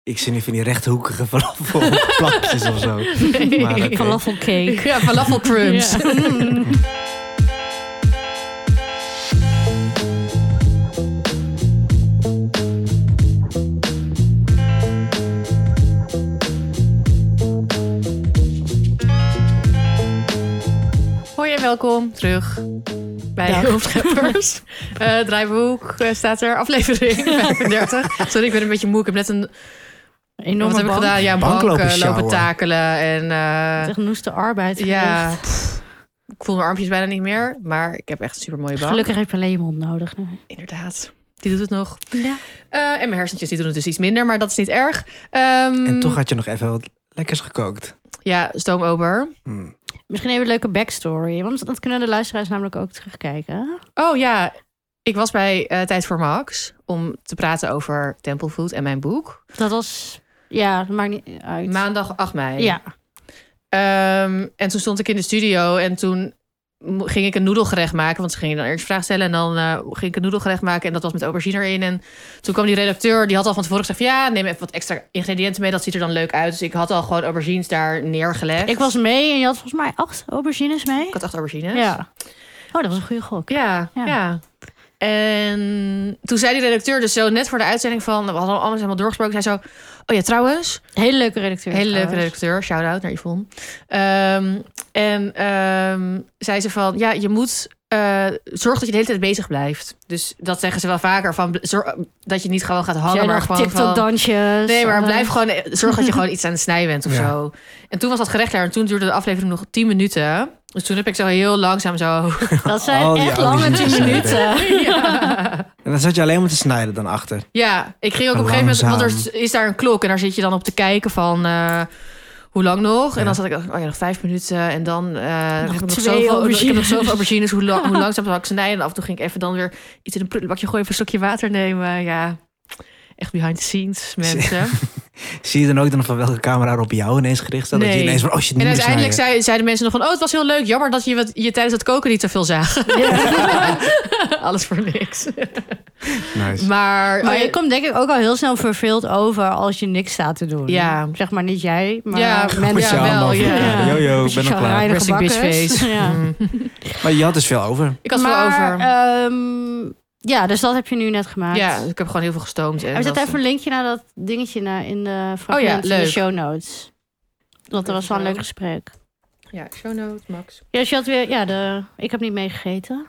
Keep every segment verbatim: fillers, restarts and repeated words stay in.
Ik zie nu van die rechthoekige falafelplakjes of zo. Nee. Maar, okay. Falafelcake. Ja, falafelcrumbs. Ja. Mm. Hoi en welkom terug bij Hoofdscheppers. uh, draaiboek uh, staat er, aflevering vijfendertig. Sorry, ik ben een beetje moe. Ik heb net een enorme wat heb ik gedaan? Ja, bank, bank lopen, lopen takelen. En, uh, Echt noeste arbeid. Ja, pff, ik voel mijn armpjes bijna niet meer. Maar ik heb echt een super mooie bank. Gelukkig heb je alleen je mond nodig. Nu. Inderdaad. Die doet het nog. Ja. Uh, en mijn hersentjes die doen het dus iets minder, maar dat is niet erg. Um, en toch had je nog even wat lekkers gekookt. Ja, stoomober. Hmm. Misschien even een leuke backstory. Want dat kunnen de luisteraars namelijk ook terugkijken. Oh ja, ik was bij uh, Tijd voor Max om te praten over Temple Food en mijn boek. Dat was, ja, dat maakt niet uit. Maandag acht mei. Ja. Um, en toen stond ik in de studio en toen ging ik een noedelgerecht maken. Want ze gingen dan eerst vraag stellen en dan uh, ging ik een noedelgerecht maken. En dat was met aubergine erin. En toen kwam die redacteur, die had al van tevoren gezegd... ja, neem even wat extra ingrediënten mee. Dat ziet er dan leuk uit. Dus ik had al gewoon aubergines daar neergelegd. Ik was mee en je had volgens mij acht aubergines mee. Ik had acht aubergines. Ja. Oh, dat was een goede gok. Ja, ja. ja. En toen zei die redacteur dus zo net voor de uitzending van... we hadden alles helemaal doorgesproken. Zei zo, oh ja, trouwens... Hele leuke redacteur. Hele trouwens. leuke redacteur. Shout-out naar Yvonne. Um, en um, zei ze van, ja, je moet... Uh, zorg dat je de hele tijd bezig blijft. Dus dat zeggen ze wel vaker. Van, zorg, dat je niet gewoon gaat hangen. Maar gewoon TikTok-dansjes. Nee, maar blijf gewoon... Zorg dat je gewoon iets aan het snijden bent of ja. zo. En toen was dat gerecht klaar. En toen duurde de aflevering nog tien minuten... Dus toen heb ik zo heel langzaam zo... Dat zijn oh, echt lange tien minuten. Ja. En dan zat je alleen maar te snijden dan achter. Ja, ik ging ook op een gegeven moment... Want er is daar een klok en daar zit je dan op te kijken van... Uh, hoe lang nog? Ja. En dan zat ik, oh ja, nog vijf minuten. En dan uh, heb ik nog zoveel, ik heb nog zoveel aubergines. Hoe, lang, hoe langzaam zou ik snijden? En af en toe ging ik even dan weer iets in een prullenbakje gooien... even een stokje water nemen. Ja, echt behind the scenes, mensen. Zie je dan ook dan van welke camera er op jou ineens gericht staat? Nee. Dat je ineens van, oh shit, en uiteindelijk zei, zeiden mensen nog van... oh, het was heel leug. Jammer dat je, wat, je tijdens het koken niet zoveel zagen. Ja. Alles voor niks. Nice. Maar, maar je komt denk ik ook al heel snel verveeld over... als je niks staat te doen. Ja. Zeg maar niet jij, maar ja, mensen. Ja, wel. Ja. Ja. Yo, yo, ik ben nog klaar. Resting bitch face. Ja. Mm. Maar je had dus veel over. Ik had maar, veel over. Um, ja, dus dat heb je nu net gemaakt. Ja, ik heb gewoon heel veel gestoomd. En er zit even een linkje naar dat dingetje naar in de fragment oh ja, in de show notes. Want er was wel een leuk gesprek. Ja, show notes, Max. Ja, dus je had weer, ja, de, ik heb niet meegegeten.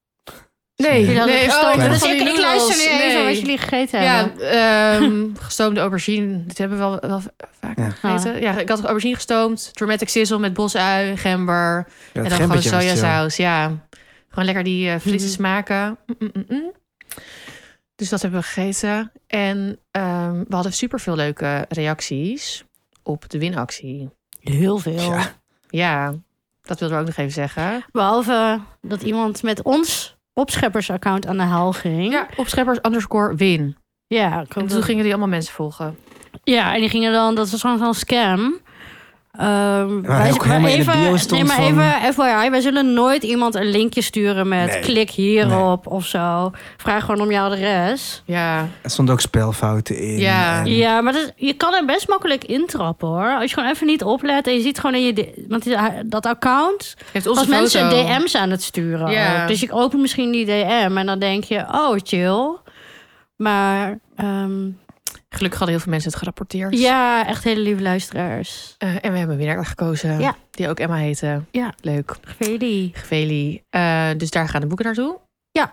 Nee, nee. nee. Oh, dus ik, ik luister nu even nee. wat jullie gegeten hebben. Ja, um, gestoomde aubergine. Dit hebben we wel, wel vaak ja. gegeten. Ah. Ja, ik had aubergine gestoomd. Dramatic sizzle met bosui, gember. Ja, en dan gewoon sojasaus. Ja, gewoon lekker die uh, frisse mm. smaken. Mm-mm-mm. Dus dat hebben we gegeten. En um, we hadden superveel leuke reacties op de winactie. Heel veel. Ja, ja, dat wilden we ook nog even zeggen. Behalve dat iemand met ons... Opscheppers-account aan de haal ging. Ja, opscheppers underscore win. Ja, en toen dat... gingen die allemaal mensen volgen. Ja, en die gingen dan, dat was gewoon zo'n scam. Um, maar wij, maar even, nee, maar van... even F Y I, wij zullen nooit iemand een linkje sturen met nee. klik hierop nee. of zo. Vraag gewoon om jouw adres. Ja. Er stonden ook spelfouten in. Ja, en... ja maar dat, je kan er best makkelijk intrappen hoor. Als je gewoon even niet oplet en je ziet gewoon in je... Want dat account heeft onze was foto. mensen D M's aan het sturen. Ja. Dus je opent misschien die D M en dan denk je, oh chill. Maar... Um, Gelukkig hadden heel veel mensen het gerapporteerd. Ja, echt hele lieve luisteraars. Uh, en we hebben een winnaar gekozen. Ja. Die ook Emma heette. Ja. Leuk. Geveli. Geveli. Uh, dus daar gaan de boeken naartoe. Ja.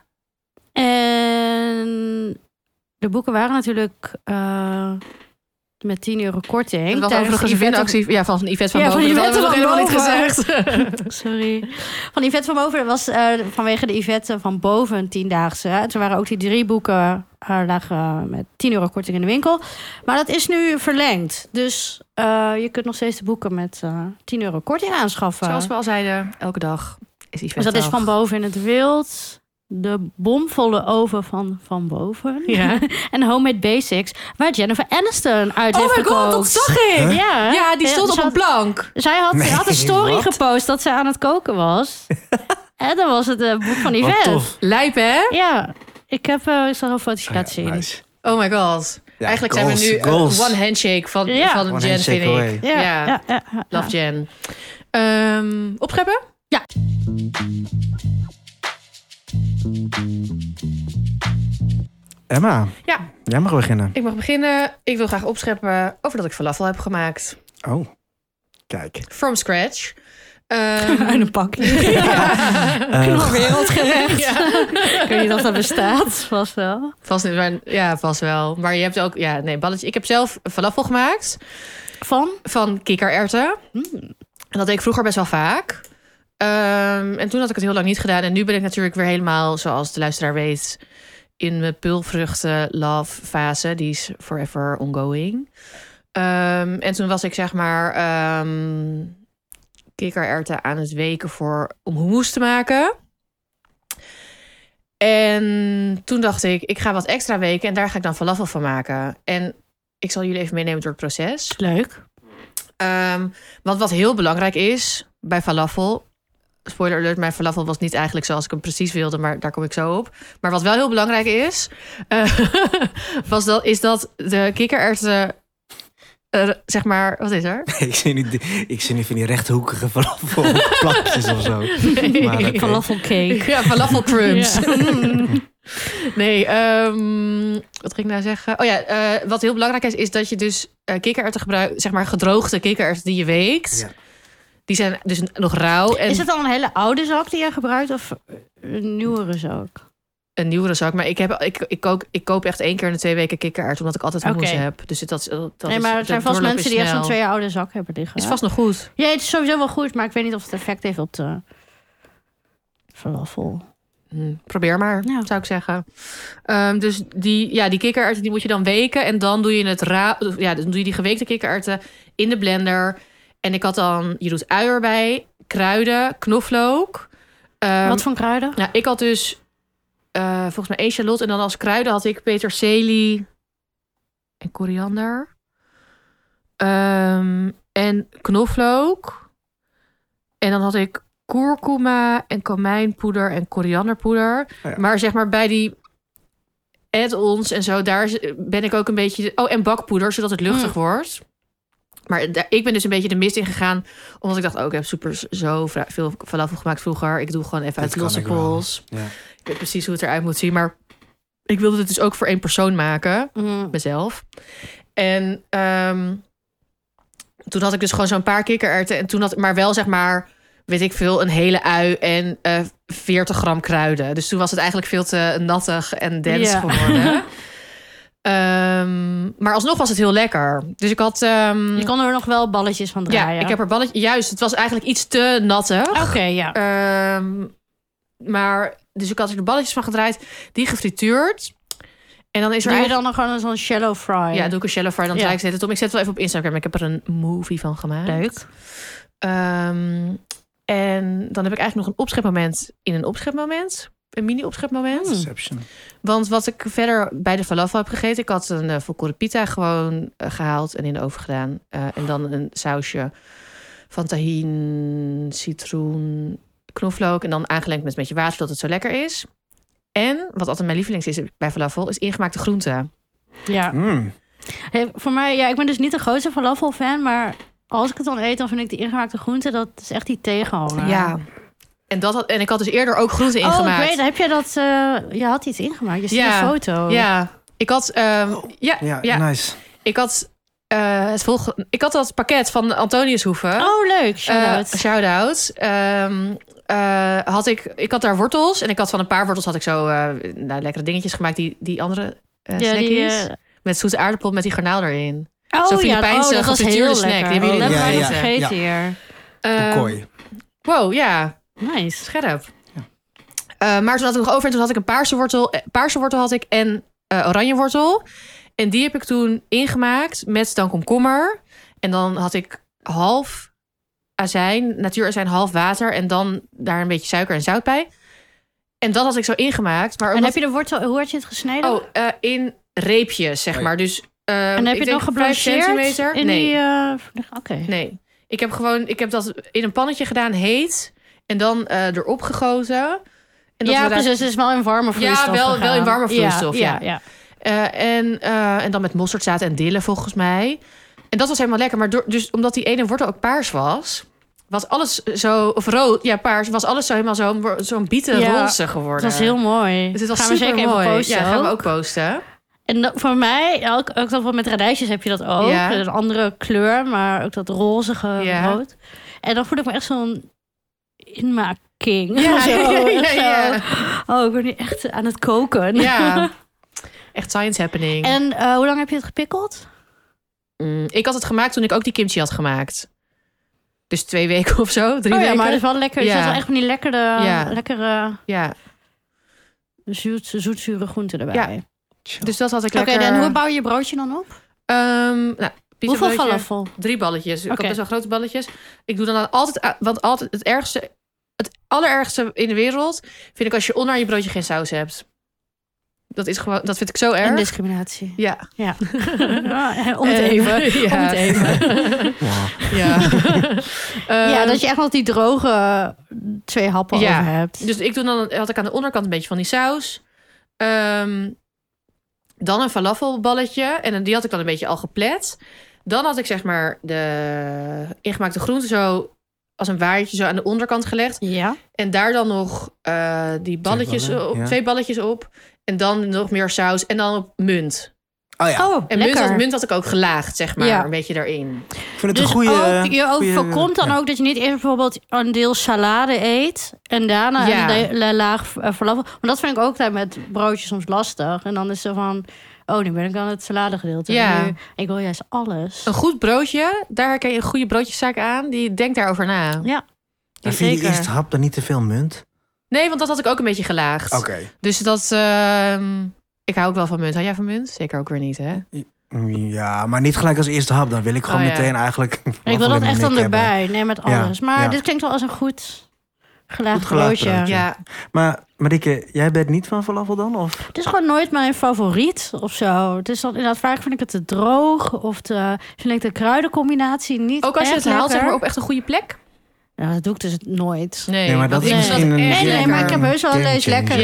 En de boeken waren natuurlijk uh, met tien euro korting. Het was overigens een winactie ja, van Yvette van ja, Boven. Van Yvette dat hebben we nog helemaal niet gezegd. Sorry. Van Yvette van Boven was uh, vanwege de Yvette van Boven een tiendaagse. En toen waren ook die drie boeken... Er lagen met tien euro korting in de winkel. Maar dat is nu verlengd. Dus uh, je kunt nog steeds de boeken met uh, tien euro korting aanschaffen. Zoals we al zeiden, elke dag is Yvette. Dus dat is Van Boven in het Wild. De bomvolle oven van Van Boven. Ja. En Homemade Basics. Waar Jennifer Aniston uit oh heeft gekookt. Oh my god, dat zag ik. Huh? Ja, ja, die stond op had, een plank. Zij had, nee, had een story wat? gepost dat ze aan het koken was. En dan was het uh, boek van Yvette. Wat tof. Lijp, hè? Ja. Ik heb uh, ik zal een fotootje laten zien. Nice. Oh my god. Ja, Eigenlijk goals, zijn we nu uh, one handshake van, ja. van one Jen, vind ik. Ja. Ja. Ja. Ja. Ja. Love Jen. Um, opscheppen? Ja. Emma, ja. jij mag beginnen. Ik mag beginnen. Ik wil graag opscheppen over dat ik falafel heb gemaakt. Oh, kijk. From scratch. Um, Uit een pakje. Ja. Uh, wereldgerecht. Ja. Ik weet niet of dat bestaat. Vast wel. Vast niet, maar, ja, vast wel. Maar je hebt ook... Ja, nee, balletje. Ik heb zelf falafel gemaakt. Van? Van kikkererwten. Mm. En dat deed ik vroeger best wel vaak. Um, en toen had ik het heel lang niet gedaan. En nu ben ik natuurlijk weer helemaal, zoals de luisteraar weet... in mijn pulvruchten love fase. Die is forever ongoing. Um, en toen was ik zeg maar... Um, kikkererwten aan het weken voor om hummus te maken. En toen dacht ik, ik ga wat extra weken en daar ga ik dan falafel van maken. En ik zal jullie even meenemen door het proces. Leuk. Um, want wat heel belangrijk is bij falafel... Spoiler alert, mijn falafel was niet eigenlijk zoals ik hem precies wilde, maar daar kom ik zo op. Maar wat wel heel belangrijk is, uh, was dat, is dat de kikkererwten... Uh, zeg maar, wat is er? ik, zie nu, ik zie nu van die rechthoekige falafelplakjes of zo. Nee. Maar, okay. Falafelcake. Ja, falafel crumbs. Ja. Nee, um, wat ging ik nou zeggen? Oh ja, uh, wat heel belangrijk is, is dat je dus uh, kikkererwten gebruikt, zeg maar gedroogde kikkererwten die je weekt. Ja. Die zijn dus nog rauw. En... Is het dan een hele oude zak die je gebruikt of een nieuwere zak? Een nieuwere zak, maar ik, heb, ik, ik, kook, ik koop echt één keer in de twee weken kikkererwt, omdat ik altijd hummus okay. heb. Dus dat, dat nee, maar er zijn vast mensen die echt zo'n twee jaar oude zak hebben liggen. Is vast nog goed. Ja, het is sowieso wel goed, maar ik weet niet of het effect heeft op de falafel. Hmm, probeer maar, ja. zou ik zeggen. Um, dus die, ja, die kikkererwten die moet je dan weken en dan doe je het ra- ja, dan doe je die geweekte kikkererwten in de blender. En ik had dan, je doet ui erbij, kruiden, knoflook. Um, Wat voor kruiden? Nou, ik had dus Uh, volgens mij één shallot. En dan als kruiden had ik peterselie en koriander. Um, en knoflook. En dan had ik kurkuma en komijnpoeder en korianderpoeder. Oh ja. Maar zeg maar bij die add-ons en zo, daar ben ik ook een beetje... Oh, en bakpoeder, zodat het luchtig mm. wordt. Maar daar, ik ben dus een beetje de mist in gegaan. Omdat ik dacht, oh, ik heb super zo veel falafel gemaakt vroeger. Ik doe gewoon even uit losse pols. Ja. Ik weet precies hoe het eruit moet zien. Maar ik wilde het dus ook voor één persoon maken. Mm. Mezelf. En um, toen had ik dus gewoon zo'n paar kikkererwten. En toen had maar wel zeg maar, weet ik veel, een hele ui en uh, veertig gram kruiden. Dus toen was het eigenlijk veel te nattig en dense yeah. geworden. Um, maar alsnog was het heel lekker. Dus ik had... Um, je kon er nog wel balletjes van draaien. Ja, ik heb er balletjes... Juist, het was eigenlijk iets te nattig. Oké, okay, ja. Um, maar... Dus ik had er de balletjes van gedraaid. Die gefrituurd. En dan is er doe je eigenlijk... dan nog gewoon zo'n shallow fry? Ja, doe ik een shallow fry. Dan ja. draai ik het om. Ik zet het wel even op Instagram. Ik heb er een movie van gemaakt. Leuk. Um, en dan heb ik eigenlijk nog een opschepmoment in een opschepmoment. Een mini-opschepmoment. Deception. Want wat ik verder bij de falafel heb gegeten... Ik had een uh, volkoren pita gewoon uh, gehaald en in de oven gedaan. Uh, en dan een sausje van tahin, citroen, knoflook... en dan aangelengd met een beetje water, zodat het zo lekker is. En, wat altijd mijn lievelings is bij falafel... is ingemaakte groenten. Ja. Mm. Hey, voor mij, ja, ik ben dus niet de grootste falafel-fan... maar als ik het dan eet, dan vind ik die ingemaakte groenten... dat is echt die tegenhanger. Ja. En, dat had, en ik had dus eerder ook groenten ingemaakt. Oh, ik weet, heb jij dat... Uh, je had iets ingemaakt, je ziet ja, een foto. Ja, ik had... Um, oh, ja, ja, ja, nice. Ik had... Uh, het volgende, ik had dat pakket van Antonius Hoeven. Oh, leuk. Shout-out. Uh, shout-out. Um, uh, had ik, ik had daar wortels. En ik had van een paar wortels had ik zo uh, nou, lekkere dingetjes gemaakt. Die, die andere uh, ja, snackies. Die, uh... Met zoete aardappel met die garnaal erin. Oh, Zo'n Filipijnse ja, oh, gefrituurde snack. Lekker. Die hebben jullie oh, niet ja, gegeten. Ja, vergeten hier. Uh, kooi. Wow, ja. Nice. Scherp. Ja. Uh, maar toen had ik nog over en toen had ik een paarse wortel. Paarse wortel had ik en uh, oranje wortel. En die heb ik toen ingemaakt met dan komkommer. En dan had ik half azijn, natuurazijn, half water. En dan daar een beetje suiker en zout bij. En dat had ik zo ingemaakt. Maar en omdat... heb je de wortel, hoe had je het gesneden? Oh, uh, in reepjes, zeg maar. Dus, uh, en heb je het nog geblancheerd? In nee. Die, uh... Oké. Okay. Nee. Ik heb gewoon, ik heb dat in een pannetje gedaan, heet. En dan uh, erop gegoten. En dat ja, we daar... precies. Het is wel in warme vloeistof Ja, wel, wel in warme vloeistof, ja. ja, ja. Uh, en, uh, en dan met mosterdzaad en dille volgens mij. En dat was helemaal lekker. Maar door, dus omdat die ene wortel ook paars was... was alles zo... Of rood, ja, paars. Was alles zo helemaal zo, zo'n bieten ja, roze geworden. Dat was heel mooi. Dus het was gaan super we mooi. Posten, ja, gaan we ook ook posten. En dat, voor mij, ook, ook dat met radijsjes heb je dat ook. Ja. Een andere kleur, maar ook dat rozige ja. rood. En dan voel ik me echt zo'n inmaakking. Ja, zo, ja, ja, ja. Oh, ik ben nu echt aan het koken. Ja, echt science happening. En uh, hoe lang heb je het gepikkeld? Mm, ik had het gemaakt toen ik ook die kimchi had gemaakt. Dus twee weken of zo, drie oh, ja, weken. maar het is wel lekker. Ja. Je zet wel echt van die lekkere, ja. lekkere ja. zoet, zoetzure groenten erbij. Ja. Dus dat had ik Oké, lekker... okay, en hoe bouw je je broodje dan op? Um, nou, Hoeveel falafel? Drie balletjes. Okay. Ik had best wel grote balletjes. Ik doe dan altijd... Want altijd het ergste... Het allerergste in de wereld vind ik als je onder je broodje geen saus hebt. Dat is gewoon... Dat vind ik zo erg. En discriminatie. Ja. Ja. Om het even. Ja. Om het even. Ja. Ja. um, ja, dat je echt nog die droge twee happen ja. over hebt. Dus ik doe dan... Had ik aan de onderkant een beetje van die saus. Um, dan een falafelballetje. En die had ik dan een beetje al geplet. Dan had ik zeg maar de ingemaakte groenten zo als een waaiertje zo aan de onderkant gelegd. Ja. En daar dan nog uh, die balletjes twee, ballen, op, ja. twee balletjes op. En dan nog meer saus. En dan op munt. Oh ja. Oh, en munt had, munt had ik ook gelaagd, zeg maar. Ja. Een beetje daarin. Ik vind het dus een goede... Ook, je ook goeie, voorkomt dan ja. ook dat je niet eerst bijvoorbeeld een deel salade eet. En daarna ja. een de, laag falafel. Want dat vind ik ook daar met broodjes soms lastig. En dan is er van... Oh, nu ben ik aan het saladegedeelte. Ja. Nu, ik wil juist alles. Een goed broodje, daar herken je een goede broodjeszaak aan. Die denkt daarover na. Ja. Maar vind je de eerste hap dan niet te veel munt? Nee, want dat had ik ook een beetje gelaagd. Oké. Okay. Dus dat... Uh, ik hou ook wel van munt. Hou jij van munt? Zeker ook weer niet, hè? Ja, maar niet gelijk als eerste hap. Dan wil ik gewoon oh, ja. meteen eigenlijk... Ik wil dat echt dan erbij. Hebben. Nee, met alles. Ja, maar ja. dit klinkt wel als een goed gelaagd goed gelaagd broodje. broodje. Ja. Maar Marieke, jij bent niet van falafel dan? Of? Het is gewoon nooit mijn favoriet of zo. Het is dan inderdaad vaak vind ik het te droog. Of te, vind ik de kruidencombinatie niet ook als je echt het haalt, lekker. zeg maar, op echt een goede plek? Ja, dat doe ik dus nooit. Nee, nee maar dat is nee. misschien een... Nee, nee, maar ik heb heus wel eens lekker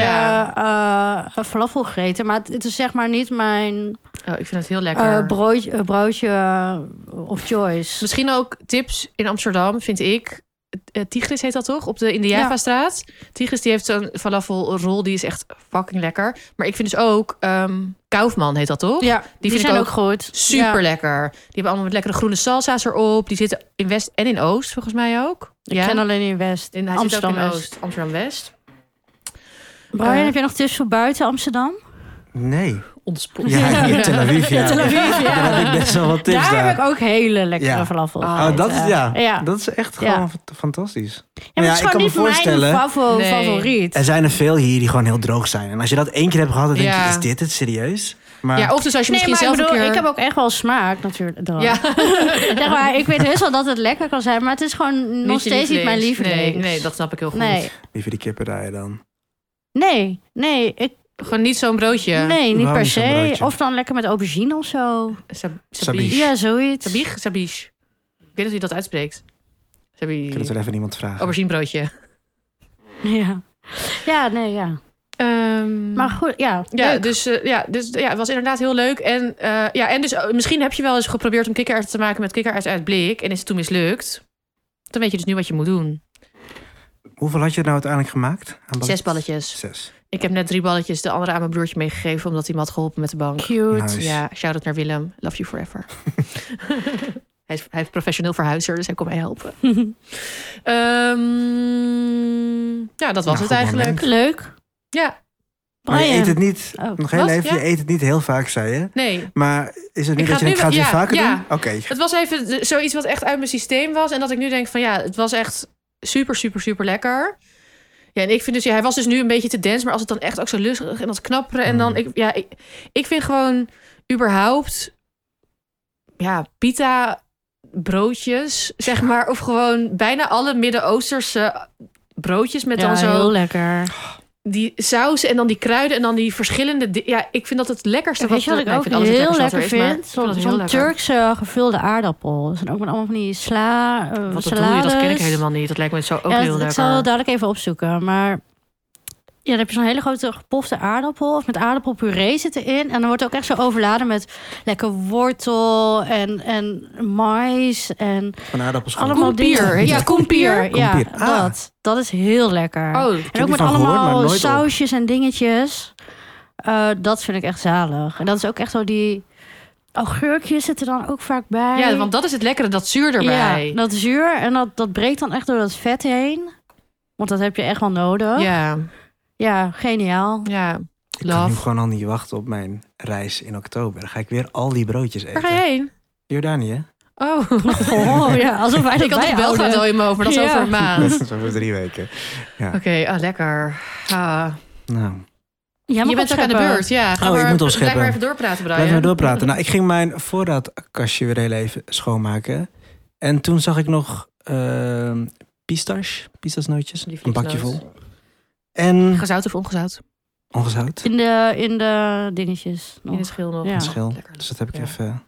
ja. uh, falafel gegeten. Maar het is zeg maar niet mijn... Oh, ik vind het heel lekker. Uh, broodje, uh, broodje uh, of choice. Misschien ook tips in Amsterdam, vind ik. Uh, Tigris heet dat toch? Op de, in de Javastraat. Ja. Tigris die heeft zo'n falafelrol, die is echt fucking lekker. Maar ik vind dus ook... Um, Kaufman heet dat toch? Ja, die, die vind zijn ik ook goed. Super ja. lekker. Die hebben allemaal met lekkere groene salsa's erop. Die zitten in West en in Oost, volgens mij ook. Ik ja. ken alleen in West. In, hij Amsterdam zit ook in West. Oost. Amsterdam West. Brian, uh, heb je nog tips voor buiten Amsterdam? Nee. Ontspoord. Ja, in Tel Aviv. Ja. Tel Aviv, ja. Daar heb ik best wel wat tips daar. Daar heb ik ook hele lekkere ja. falafel. Oh, oh, dat is, ja. ja. dat is echt ja. gewoon fantastisch. Ja, maar ja, het is gewoon niet mijn favo nee. favoriet. Er zijn er veel hier die gewoon heel droog zijn. En als je dat één keer hebt gehad, dan denk ja. je, is dit het serieus? Maar... Ja, of dus als je nee, misschien zelf ik bedoel, een keer... Ik heb ook echt wel smaak natuurlijk. Ja. Zeg maar, ik weet heus wel dat het lekker kan zijn, maar het is gewoon niet nog steeds niet mijn lieveling. Nee, nee, dat snap ik heel goed. Nee. Liever die kippenrijen dan? Nee, nee. Ik... Gewoon niet zo'n broodje? Nee, niet per se. Of dan lekker met aubergine of zo. Sab- Sabiche. Ja, zoiets. Sabiche? Sabiche. Ik weet niet of je dat uitspreekt. Sabiche. Ik kan het wel even iemand vragen. Auberginebroodje. Ja. Ja, nee, ja. Um, maar goed, ja. Ja, dus, uh, ja, dus ja, het was inderdaad heel leuk. En, uh, ja, en dus uh, misschien heb je wel eens geprobeerd om kikkererwten te maken met kikkererwten uit blik. En is het toen mislukt. Dan weet je dus nu wat je moet doen. Hoeveel had je er nou uiteindelijk gemaakt? Aan Zes balletjes. Zes. Ik heb net drie balletjes de andere aan mijn broertje meegegeven, omdat hij me had geholpen met de bank. Cute. Nice. Ja, shout-out naar Willem. Love you forever. hij, is, hij heeft professioneel verhuizer, dus hij kon mij helpen. um, ja, dat was nou, het eigenlijk. Moment. Leuk. Ja. Maar je eet het niet, oh. nog heel even, ja? je eet het niet heel vaak, zei je. Nee. Maar is het nu ik dat je denkt, nu, gaat het ja, weer vaker ja. doen? Oké. Okay. Het was even zoiets wat echt uit mijn systeem was. En dat ik nu denk van ja, het was echt super, super, super lekker. Ja, en ik vind dus, ja, hij was dus nu een beetje te dense, maar als het dan echt ook zo lustig en dat knapperen. En dan, ik, ja, ik, ik vind gewoon überhaupt, ja, pita broodjes, zeg maar. Of gewoon bijna alle Midden-Oosterse broodjes met ja, dan zo... heel lekker. Die sausen en dan die kruiden en dan die verschillende... Di- ja, ik vind dat het lekkerste. Weet je wat ik ook heel lekker, lekker vind? Zo'n zo Turkse gevulde aardappel. Dat zijn ook met allemaal van die sla, uh, wat dat doe je? Dat ken ik helemaal niet. Dat lijkt me zo ook ja, heel dat, lekker. Ik zal het dadelijk even opzoeken. Maar Ja, dan heb je zo'n hele grote gepofte aardappel. Of met aardappelpuree zit erin. En dan wordt het ook echt zo overladen met lekker wortel en, en mais. En van aardappels. allemaal kompier. dingen. Ja, kompier. Ja, kompier. Ah. dat. Dat is heel lekker. Oh, en ook met allemaal sausjes en dingetjes. Uh, dat vind ik echt zalig. En dat is ook echt zo die... augurkjes zitten dan ook vaak bij. Ja, want dat is het lekkere, dat zuur erbij. Ja, dat zuur. En dat, dat breekt dan echt door dat vet heen. Want dat heb je echt wel nodig. Ja. Ja, geniaal. Ja, ik kan nu gewoon al niet wachten op mijn reis in oktober. Dan ga ik weer al die broodjes eten. Waar ga je heen? Jordanië. Oh. oh ja, alsof wij dat ik had het wel gaat al in mijn over, dat is ja. over een maand. Dat is over drie weken. Ja. Oké, okay, ah, lekker. Ah. Nou... Ja, je bent ook aan de beurt, ja. Ga oh, maar, ik moet opscheppen. Blijf maar even doorpraten, Brian. Blijf maar doorpraten. Nou, ik ging mijn voorraadkastje weer heel even schoonmaken. En toen zag ik nog uh, pistache, pistasnootjes. Een bakje vol. En... Gezout of ongezout? Ongezout. In de, in de dingetjes. Nog. In het schil nog. Ja. In het schil. Lekker. Dus dat heb ik ja. even...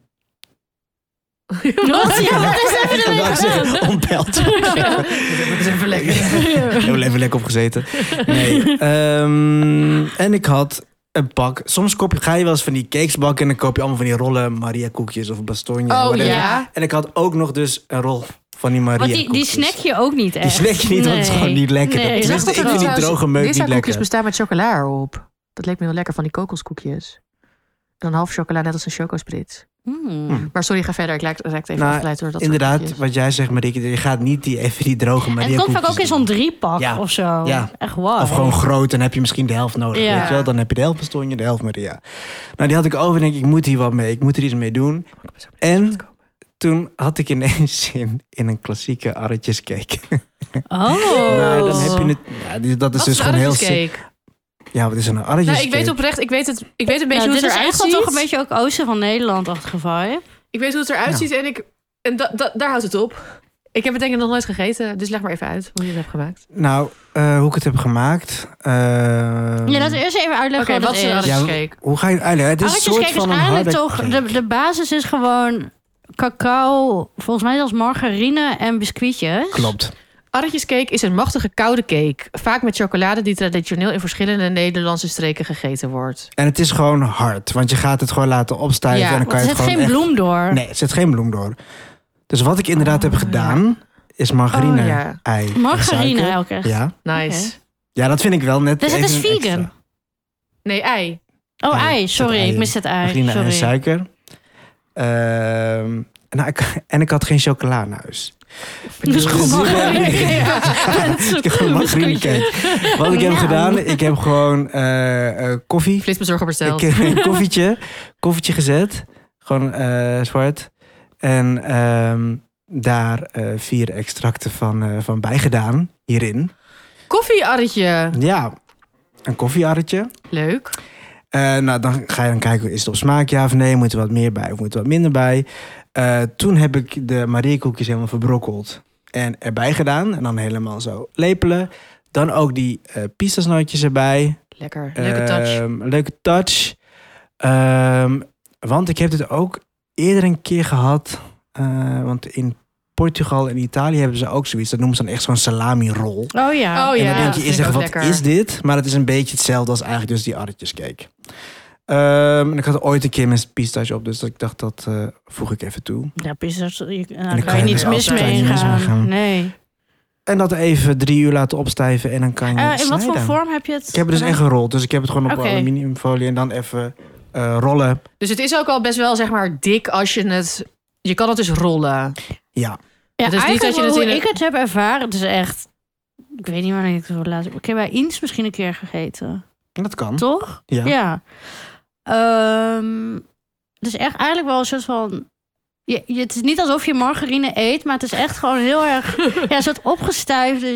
Wat? Ja, wat is even de Ontbeld. Dat is even lekker. Heel even lekker opgezeten. Nee. Um, en ik had een pak. Soms koop je, ga je wel eens van die cakes bakken en dan koop je allemaal van die rollen Maria koekjes of bastogne. Oh ja. En ik had ook nog dus een rol van die Maria Want die, koekjes. die snack je ook niet echt. Die snack je niet, nee. Want het is gewoon niet lekker. Nee. Tenminste, ik vind die droge meuk niet lekker. Koekjes bestaan met chocola erop. Dat leek me heel lekker van die kokoskoekjes. En dan half chocola, net als een chocosprits. Hmm. Maar sorry, ga verder. Ik lijk direct even nou, afgeleid door dat inderdaad, wat jij zegt, Marieke, je gaat niet die, even die droge Maria koekjes. Het komt vaak ook in zo'n driepak ja. of zo. Ja. Echt wow. Of gewoon groot, dan heb je misschien de helft nodig. Ja. Weet je wel? Dan heb je de helft bastogne, de helft Maria. Nou, die had ik over en denk ik, ik moet hier wat mee. Ik moet er iets mee doen. En toen had ik ineens zin in een klassieke arretjescake. Oh. Nou, dan heb je het. Ja, dat is wat dus is gewoon heel cake? Ja, wat is een arretjescake? Nou, ik weet oprecht, ik weet het, ik weet een beetje nou, hoe het eruit ziet. Dit is echt toch een beetje ook oosten van Nederland-achtige vibe. Ik weet hoe het eruit ja. ziet en, ik, en da, da, daar houdt het op. Ik heb het denk ik nog nooit gegeten, dus leg maar even uit hoe je het hebt gemaakt. Nou, uh, hoe ik het heb gemaakt... Uh... Ja, laten we eerst even uitleggen okay, wat, wat is een arretjescake. Ja, hoe ga je het uitleggen? Het is een soort van is een eigenlijk toch... De, de basis is gewoon cacao, volgens mij zelfs margarine en biscuitjes. Klopt. Arretjescake is een machtige koude cake. Vaak met chocolade die traditioneel in verschillende Nederlandse streken gegeten wordt. En het is gewoon hard, want je gaat het gewoon laten opstijven. Ja, en dan kan er je zit het geen echt... bloem door. Nee, er zit geen bloem door. Dus wat ik inderdaad oh, heb gedaan, ja. is margarine, oh, ja. ei Margarine elke keer. Ja. Nice. Okay. Ja, dat vind ik wel net dus het is vegan? Extra. Nee, ei. Oh, ei. ei. Sorry, ei. ik mis het ei. Margarine, Sorry. ei en suiker. Uh, nou, ik, en ik had geen chocola in huis. Dus gewoon margarine cake. Wat ik heb gedaan, ik heb gewoon uh, uh, koffie. Flitsbezorger besteld. Ik heb een koffietje, koffietje gezet. Gewoon uh, zwart. En um, daar uh, vier extracten van, uh, van bijgedaan hierin. Koffiearretje. Ja, een koffiearretje. Leuk. Uh, nou, dan ga je dan kijken, is het op smaak ja of nee? Moet er wat meer bij of moet er wat minder bij? Uh, toen heb ik de Maria koekjes helemaal verbrokkeld en erbij gedaan. En dan helemaal zo lepelen. Dan ook die uh, pistasnootjes erbij. Lekker, leuke touch. Uh, leuke touch. Uh, want ik heb dit ook eerder een keer gehad. Uh, want in Portugal en Italië hebben ze ook zoiets. Dat noemen ze dan echt zo'n salami-rol. Oh ja. Oh, en ja. dan denk je, is er, wat lekker. is dit? Maar het is een beetje hetzelfde als eigenlijk dus die arretjescake. Um, en ik had er ooit een keer met pistache op, dus dat ik dacht, dat uh, voeg ik even toe. Ja, pistache, je, nou, daar kan je niets mis mee gaan. Nee. En dat even drie uur laten opstijven en dan kan je uh, in wat voor vorm heb je het? Ik heb het dus echt gerold, dus ik heb het gewoon op okay. aluminiumfolie en dan even uh, rollen. Dus het is ook al best wel, zeg maar, dik als je het... Je kan het dus rollen. Ja. Ja, het is niet dat je het hoe in een... ik het heb ervaren, het is echt... Ik weet niet wanneer ik het voor laat. Ik heb bij Eens misschien een keer gegeten. Dat kan. Toch? Ja. Ja. Um, het is echt eigenlijk wel een soort van... Je, je, het is niet alsof je margarine eet, maar het is echt gewoon heel erg... ja, een soort opgestuifde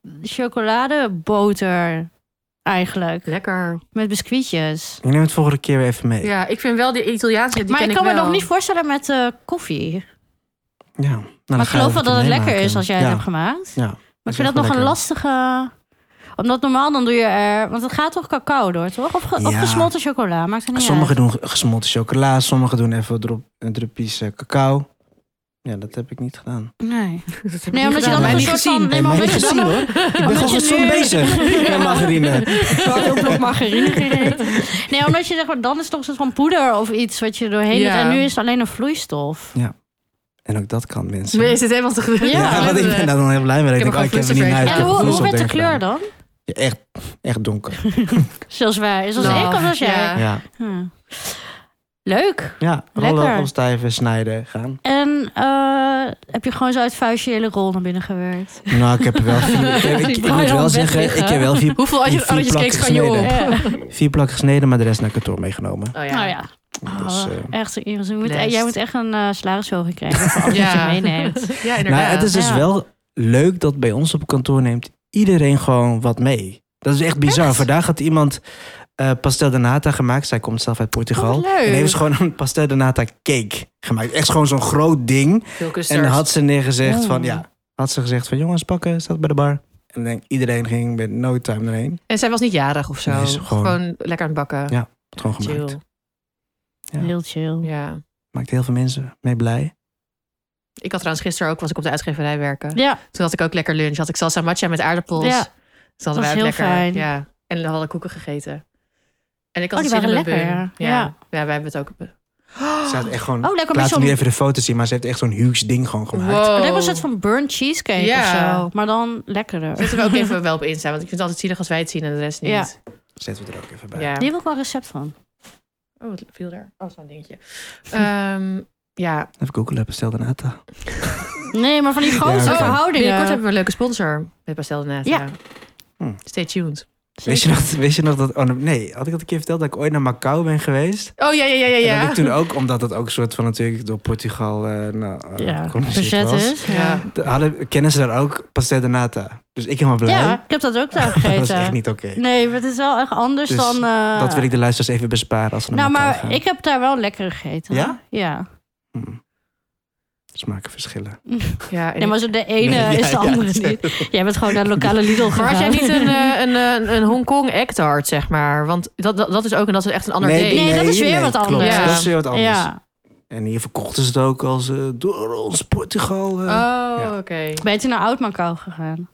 chocoladeboter eigenlijk. Lekker. Met biscuitjes. Ik neem het volgende keer weer even mee. Ja, ik vind wel die Italiaanse, die maar ken ik kan ik me wel. nog niet voorstellen met uh, koffie. Ja. Nou, maar ik geloof wel dat het lekker maken. is als jij ja. het hebt gemaakt. Ja. Maar ik vind dat nog lekker. Een lastige... Omdat normaal dan doe je er... Want het gaat toch cacao door, toch? Of, ge, ja. of gesmolten chocola, maakt het niet Sommigen uit. doen gesmolten chocola, sommigen doen even wat drop, drupjes uh, cacao. Ja, dat heb ik niet gedaan. Nee. Dat Nee, omdat je dan een soort van... Nee, maar niet gezien hoor. Ik ben gewoon gezond bezig met margarine. Ik had ook nog margarine gegeten. Nee, omdat je zeg maar, dan is het toch een soort van poeder of iets wat je doorheen Ja. doet. En nu is het alleen een vloeistof. Ja. En ook dat kan mensen. Nee, is het helemaal te gebeuren? Ja, Ja, want ik ben daar dan heel blij mee. Ik Ik heb denk, oh, ook ik heb er niet gewoon naar. En hoe, hoe werd de kleur dan? dan? Ja, echt, echt donker. Zoals wij. Zoals Nou, ik of zoals jij? ja. Ja, Hm. Leuk. ja rollen, Lekker. opstijven, snijden, gaan. En uh, heb je gewoon zo uit vuistje je hele rol naar binnen gewerkt? Nou, ik heb er wel vier... Ik, heb- ik, ik Die moet wou wel je zeggen, al ik heb wel vier, Hoeveel vier arretjescakes kan je op? gesneden. Vier plakken gesneden, maar de rest naar kantoor meegenomen. Oh ja. Nou ja. Dus, Oh, eh, echt, je moet, Blessed. jij moet echt een uh, salarisverhoging krijgen voor alles Ja. wat je meeneemt. Ja, inderdaad. nou, het is dus Ja. wel leuk dat bij ons op kantoor neemt iedereen gewoon wat mee. Dat is echt bizar. Echt? Vandaag had iemand uh, pastel de nata gemaakt. Zij komt zelf uit Portugal. Oh, leuk. En heeft ze gewoon een pastel de nata cake gemaakt. Echt gewoon zo'n groot ding. Veel En custard. dan had ze neergezegd Oh. van ja, had ze gezegd van jongens pakken, staat bij de bar. En dan denk ik, iedereen ging met no time erheen. En zij was niet jarig of zo. Nee, ze gewoon... gewoon- lekker aan het bakken. Ja. Gewoon gemaakt. Chill. Ja. Heel chill. Ja. Maakt heel veel mensen mee blij. Ik had trouwens gisteren ook, was ik op de uitgeverij werken. Ja, Toen had ik ook lekker lunch. Had ik salsa matcha met aardappels. Ja. Dus hadden wij Dat ook is heel lekker. fijn. Ja. En dan hadden we koeken gegeten. En ik had Oh, die zin in waren mijn lekker, bun. ja. Ja. Ja. ja, wij hebben het ook. Ze had echt gewoon, Oh, lekker ik met laat zo'n- nu even de foto's zien, maar ze heeft echt zo'n huge ding gewoon gemaakt. Wow. het lijkt wel een soort van burnt cheesecake Ja. of zo. Maar dan lekkerder. Zetten we ook even wel op Insta. Want ik vind het altijd zielig als wij het zien en de rest niet. Ja. Zetten we er ook even bij. Ja. Die heb ik wel een recept van. Oh, wat viel daar? Oh, zo'n dingetje. Ehm, ja. Even googelen, pastel de nata. Nee, maar van die grote Ja, oké. verhoudingen. Binnenkort hebben we een leuke sponsor met Pastel de Nata. Ja. Hm. Stay tuned. Weet je, nog, weet je nog dat... Oh, nee, had ik dat een keer verteld dat ik ooit naar Macau ben geweest? Oh ja, ja, ja, ja. En ja. dat ik toen ook, omdat het ook een soort van natuurlijk door Portugal uh, nou, uh, Ja, gecoloniseerd verzet was. is. Ja. Ja. de- Hadden, kennen ze daar ook pastel de nata. Dus ik helemaal blij. Ja, ik heb dat ook daar gegeten. dat is echt niet oké. Nee, maar het is wel echt anders Dus dan... uh, Dat wil ik de luisteraars even besparen als ze naar Nou, Macau maar gaan. ik heb daar wel lekker gegeten. Ja? Ja. Hm. Smaken verschillen. Ja, en Nee, maar zo de ene Nee, ja, is de ja, andere ja. niet. Jij bent gewoon naar de lokale Lidl gegaan. Maar had jij niet een, eh, een, een, een Hongkong Actart, zeg maar? Want dat, dat, dat is ook en dat is echt een ander Nee, ding. Nee, dat is weer wat klopt. anders. Ja. Dat is weer wat anders. Ja. En hier verkochten ze het ook als uh, door ons Portugal. Uh, Oh, Ja. oké. Ben je toen naar Oud-Macau gegaan?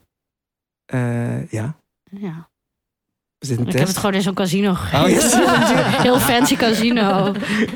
uh, ja. Ja. Is dit een Ik test? heb het gewoon in zo'n casino gegeten. Oh, yes. Heel fancy casino.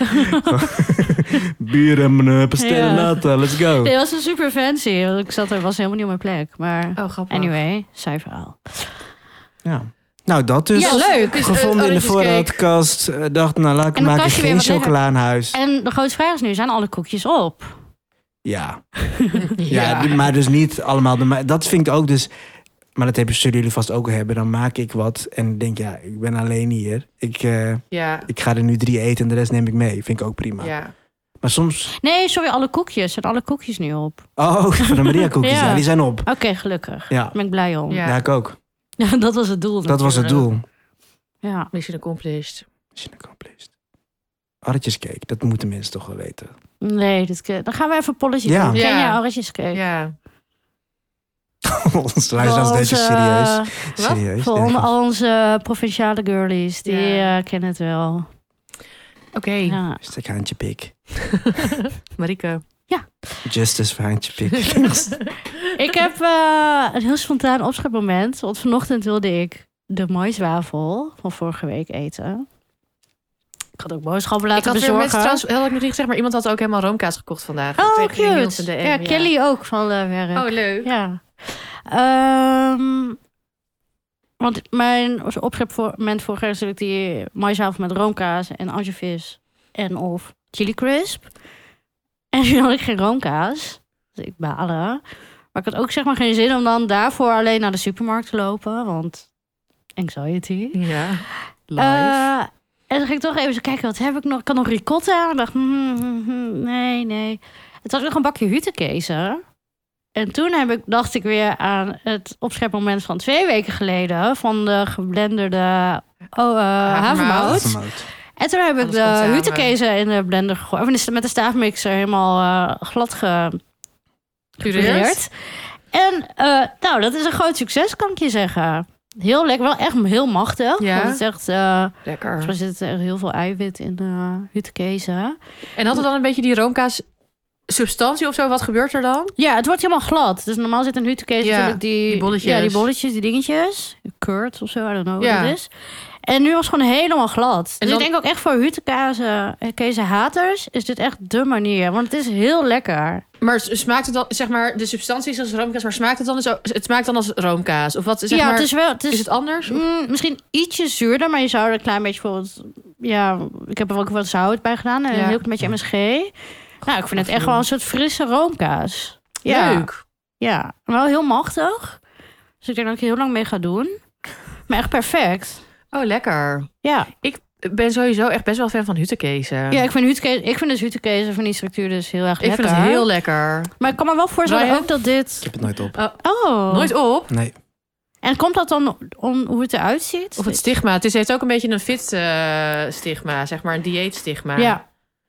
Bier en uh, pastel Ja. nata, let's go. Nee, dat was super fancy. Ik zat er, was helemaal niet op mijn plek. Maar Oh, grappig. anyway, saai verhaal. Ja. Nou, dat dus. Ja, leuk. Dus, Gevonden eh, in de orange cake. voorraadkast. Uh, dacht, nou laat ik En dan maken kast je weer geen wat leggen. chocola in huis. En de grote vraag is nu, zijn alle koekjes op? Ja. ja. die- maar dus niet allemaal. De, ma- dat vind ik ook dus... Maar dat hebben zullen jullie vast ook hebben. Dan maak ik wat en denk, ja, ik ben alleen hier. Ik, uh, Ja, ik ga er nu drie eten en de rest neem ik mee. Vind ik ook prima. ja. Maar soms... Nee, sorry, alle koekjes. Zijn alle koekjes nu op? Oh, van de Maria koekjes. Ja. ja. die zijn op. Oké, gelukkig. Ja. Daar ben ik blij om. Ja. Ja, ik ook. Ja, dat was het doel. Dat was het natuurlijk. doel. Ja. Mission accomplished. Mission accomplished. Arretjescake, dat moeten mensen toch wel weten. Nee, dit, dan gaan we even een polletje Ja. doen. Ken Ja. jij oranjescake? Ja. Onze luisteraars deze Onze, serieus. eh, Serieus. Voor denk ik. onder al onze provinciale girlies. Die Ja. eh, kennen het wel. Oké, Ja. Stek haantje pik. Marieke. Justice voor haantje pik. Ik heb eh, een heel spontaan opschepmoment. Want vanochtend wilde ik de maiswafel van vorige week eten. Ik had ook boodschappen Ik laten had weer met, bezorgen. trouwens, had ik nog niet gezegd, maar iemand had ook helemaal roomkaas gekocht vandaag. Oh, Ik kreeg Niels cute. in de M, Ja, Kelly ook van de werk. Oh, leuk. Ja. Ehm, want mijn opschepmoment vorige keer is natuurlijk die maiswafel met roomkaas en anchovies en of chili crisp. En nu had ik geen roomkaas. Dus ik balen. Maar ik had ook zeg maar geen zin om dan daarvoor alleen naar de supermarkt te lopen. Want anxiety. Ja, live. Eh, en dan ging ik toch even zo kijken, wat heb ik nog? Ik had nog ricotta. En ik dacht, hmm, hmm, hmm, nee, nee. Het was nog een bakje hutekezen. En toen heb ik, dacht ik weer aan het opschepmoment van twee weken geleden. Van de geblenderde oh, uh, havermout. Havermout. En toen heb ik Alles komt de samen. hutekezen in de blender gegooid. Of in de- met de staafmixer helemaal uh, glad ge- gepureerd. En uh, nou, dat is een groot succes, kan ik je zeggen. Heel lekker, wel echt heel machtig. Ja. Want het is echt, uh, Lekker. er zit echt heel veel eiwit in de hutekezen. En had het dan een beetje die roomkaas substantie of zo? Wat gebeurt er dan? Ja, het wordt helemaal glad. Dus normaal zit een huttenkees ja, natuurlijk die... die bolletjes. Ja, die bolletjes, die dingetjes. Kurt of zo, I don't know ja. wat het is. En nu was het gewoon helemaal glad. Dus dan... ik denk ook echt voor huttenkezen haters is dit echt de manier. Want het is heel lekker. Maar smaakt het dan, zeg maar, de substantie is als roomkaas, maar smaakt het dan zo? Het smaakt dan als roomkaas? Of wat, zeg ja, maar, het is wel... Het is, is het anders? Mm, misschien ietsje zuurder, maar je zou er een klein beetje bijvoorbeeld... Ja, ik heb er ook wat zout bij gedaan en ja. een heel klein beetje M S G. Nou, ik vind het echt wel een soort frisse roomkaas. Ja. Leuk. Ja, wel heel machtig. Dus ik denk dat ik heel lang mee ga doen. Maar echt perfect. Oh, lekker. Ja. Ik ben sowieso echt best wel fan van huttenkezen. Ja, ik vind, huttenkezen, ik vind dus huttenkezen van die structuur dus heel erg ik lekker. Ik vind het heel lekker. Maar ik kan me wel voorstellen Brian? ook dat dit... Ik heb het nooit op. Oh. oh. Nooit op? Nee. En komt dat dan om hoe het eruit ziet? Of het stigma. Het is, heeft ook een beetje een fit uh, stigma, zeg maar, een dieetstigma. Ja.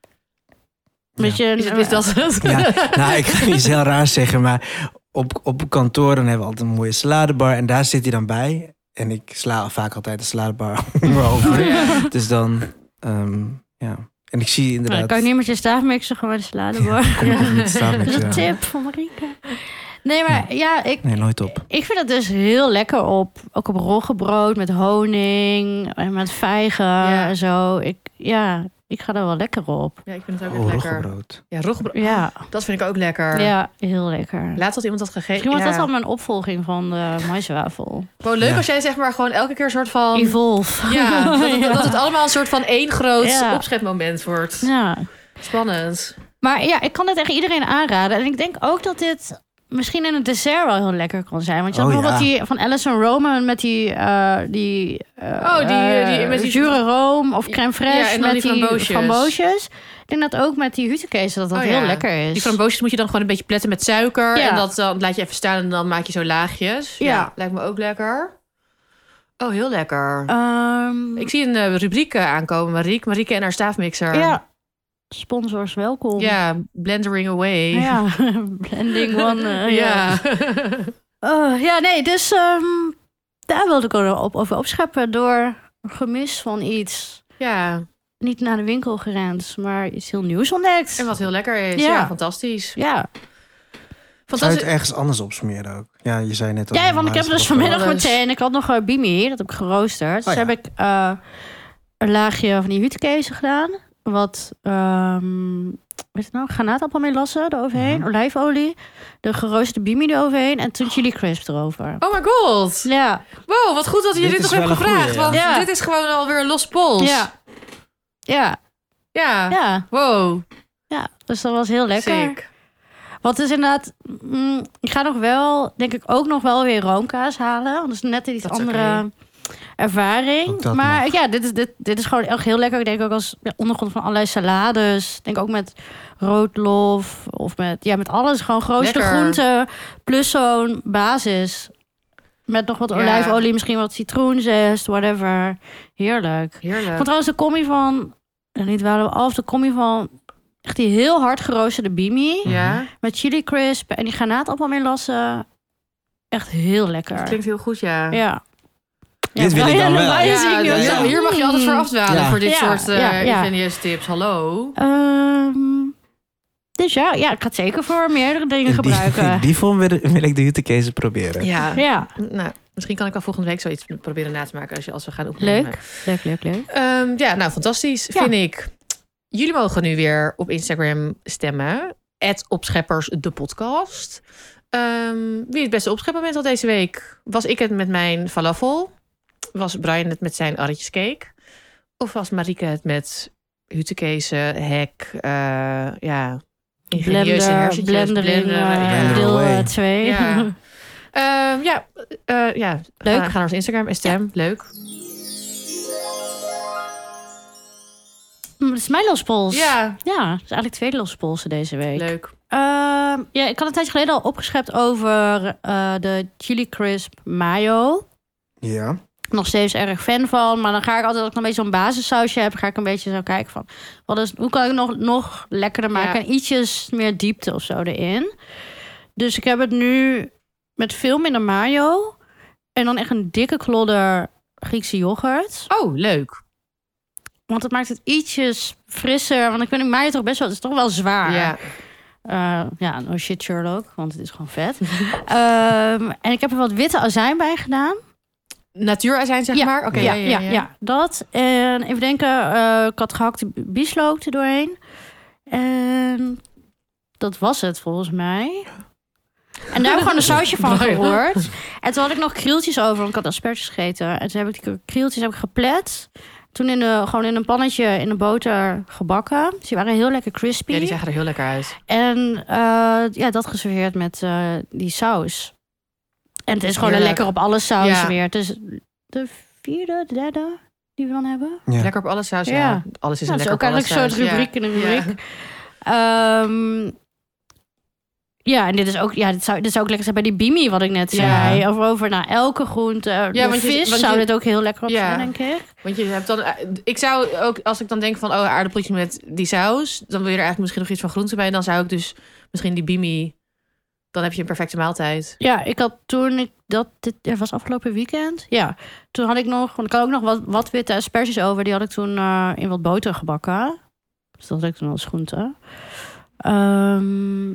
Beetje ja. Is, het, is dat het? Ja, nou, ik ga iets heel raar zeggen, maar op, op kantoor dan hebben we altijd een mooie saladebar en daar zit hij dan bij. En ik sla vaak altijd de saladebar over. Oh, ja. Dus dan, um, ja. En ik zie inderdaad... Nou, kan je niet met je staafmixer gewoon de saladebar? Ja, ja. met de staafmixer, Dat is een ja. tip van Marieke. Nee, maar ja, ja ik... Nee, nooit op. Ik vind het dus heel lekker op. Ook op roggebrood met honing en met vijgen ja. en zo. Ik, ja, ik ga er wel lekker op. Ja, ik vind het ook oh, echt lekker. Roggebrood. Ja, roggebrood. Ja. Dat vind ik ook lekker. Ja, heel lekker. Laatst had iemand dat gegeten. Misschien was ja. dat wel mijn opvolging van de maiswafel. Gewoon leuk ja. als jij zeg maar gewoon elke keer een soort van... Evolve. Ja, dat het, ja. dat het allemaal een soort van één groot ja. opschepmoment wordt. Ja. Spannend. Maar ja, ik kan het tegen iedereen aanraden. En ik denk ook dat dit... misschien in het dessert wel heel lekker kan zijn. Want je had oh, nog ja. wat die van Alison Roman met die... Uh, die uh, oh, die, die met die... Zure room of crème fraîche ja, en met die die framboosjes. framboosjes. Ik denk dat ook met die huttenkezen dat dat oh, heel ja. lekker is. Die framboosjes moet je dan gewoon een beetje pletten met suiker. Ja. En dat dan laat je even staan en dan maak je zo laagjes. Ja, ja lijkt me ook lekker. Oh, heel lekker. Um, Ik zie een uh, rubriek uh, aankomen, Marieke. Marieke en haar staafmixer. Ja. Sponsors, welkom. Ja, blendering away. Ja, blending one. Uh, ja. Ja. uh, ja, nee, dus um, daar wilde ik ook op, over opscheppen door gemis van iets. Ja. Niet naar de winkel gerend, maar iets heel nieuws ontdekt. En wat heel lekker is. Ja, ja fantastisch. Ja. Zou je het ergens anders opsmeren ook? Ja, je zei net al. Ja, want ik heb dus vanmiddag meteen... Ik had nog uh, bimi, dat heb ik geroosterd. Dus oh, ja. heb ik uh, een laagje van die huttenkezen gedaan. Wat, um, weet je nou, granaatappelmelasse eroverheen, mm-hmm. olijfolie, de geroosterde bimi eroverheen en toen chili crisp erover. Oh my god. Ja. Wow, wat goed dat je dit, dit nog hebt gevraagd. Goeie, ja. Want ja. dit is gewoon alweer een los pols. Ja. Ja. Ja. Ja. Wow. Ja, dus dat was heel lekker. Sick. Wat is inderdaad... Mm, ik ga nog wel, denk ik, ook nog wel weer roomkaas halen. Want dat is net iets andere okay. ervaring. Maar mag. ja, dit is, dit, dit is gewoon echt heel lekker. Ik denk ook als ja, ondergrond van allerlei salades. Ik denk ook met roodlof of met, ja, met alles. Gewoon grootste groenten. Plus zo'n basis. Met nog wat ja. olijfolie, misschien wat citroenzest, whatever. Heerlijk. Heerlijk. Want trouwens de commie van... En niet waren we af, de commie van... Echt die heel hard geroosterde bimi. Ja. Met chili crisp en die granaatappelmelasse. Echt heel lekker. Dat klinkt heel goed, ja. Ja. Dit ja, wil ik dan wel. Ja, ja, ja, ja. Hier mag je altijd voor afdwalen ja. voor dit ja, soort uh, ja, ja. ingenieuze tips. Hallo. Um, dus ja, ja, ik ga het zeker voor meerdere dingen die, gebruiken. Die, die vorm wil, wil ik de huttenkezen proberen. Ja. ja. Nou, misschien kan ik al volgende week zoiets proberen na te maken als, je, als we gaan opnemen. Leuk, leuk, leuk, leuk. Um, ja, nou, fantastisch, ja. vind ik. Jullie mogen nu weer op Instagram stemmen. at opscheppers de podcast. Um, wie het beste opschepmoment had deze week? Was ik het met mijn falafel? Was Brian het met zijn arretjescake? Of was Marieke het met huttenkezen, hek, uh, ja, ingenieuze hersentjes, blendering, blender, uh, deel twee. Ja, uh, ja, uh, ja. Leuk. Ga, ga naar ons Instagram en stem. Ja. Leuk. Het is mijn lospols. Ja. Ja, het is eigenlijk twee lospolsen deze week. Leuk. Uh, ja, ik had een tijdje geleden al opgeschept over uh, de chili crisp mayo. Ja. Nog steeds erg fan van. Maar dan ga ik altijd, als ik een beetje zo'n basissausje heb, ga ik een beetje zo kijken van, wat is, hoe kan ik nog, nog lekkerder maken? Ja. En ietsjes meer diepte of zo erin. Dus ik heb het nu met veel minder mayo. En dan echt een dikke klodder Griekse yoghurt. Oh, leuk. Want het maakt het ietsjes frisser. Want ik vind mayo toch best wel, het is toch wel zwaar. Ja. Uh, ja, no shit Sherlock, want het is gewoon vet. um, en ik heb er wat witte azijn bij gedaan. Natuurazijn, zeg ja. maar? Okay, ja, ja, ja, ja. ja, dat. En even denken, uh, ik had gehakte bieslook er doorheen. En dat was het volgens mij. En daar heb ik gewoon een sausje van gehoord. En toen had ik nog krieltjes over, want ik had asperges gegeten. En toen heb ik die krieltjes heb ik geplet. Toen in de, gewoon in een pannetje in de boter gebakken. Dus die waren heel lekker crispy. Ja, die zagen er heel lekker uit. En uh, ja, dat geserveerd met uh, die saus. En het is gewoon een lekker op alle saus ja. weer. Het is de vierde, de derde die we dan hebben. Ja. Lekker op alle saus, ja. ja. Alles is ja, een lekker op alle saus. Dat is ook eigenlijk een soort rubriek ja. in een rubriek. Ja. Um, Ja, en dit is ook, ja, dit zou, dit zou ook lekker zijn bij die bimi, wat ik net zei. Ja. Of over naar elke groente. Ja, want vis je, want zou je, dit ook heel lekker op ja. zijn, denk ik. Want je hebt dan, ik zou ook, als ik dan denk van, oh, aardappeltjes met die saus, dan wil je er eigenlijk misschien nog iets van groente bij. Dan zou ik dus misschien die bimi, dan heb je een perfecte maaltijd. Ja, ik had toen, ik, dat dit er was afgelopen weekend. Ja, toen had ik nog, want ik had ook nog wat, wat witte asperges over. Die had ik toen uh, in wat boter gebakken. Dus dat had ik toen als groente. Um,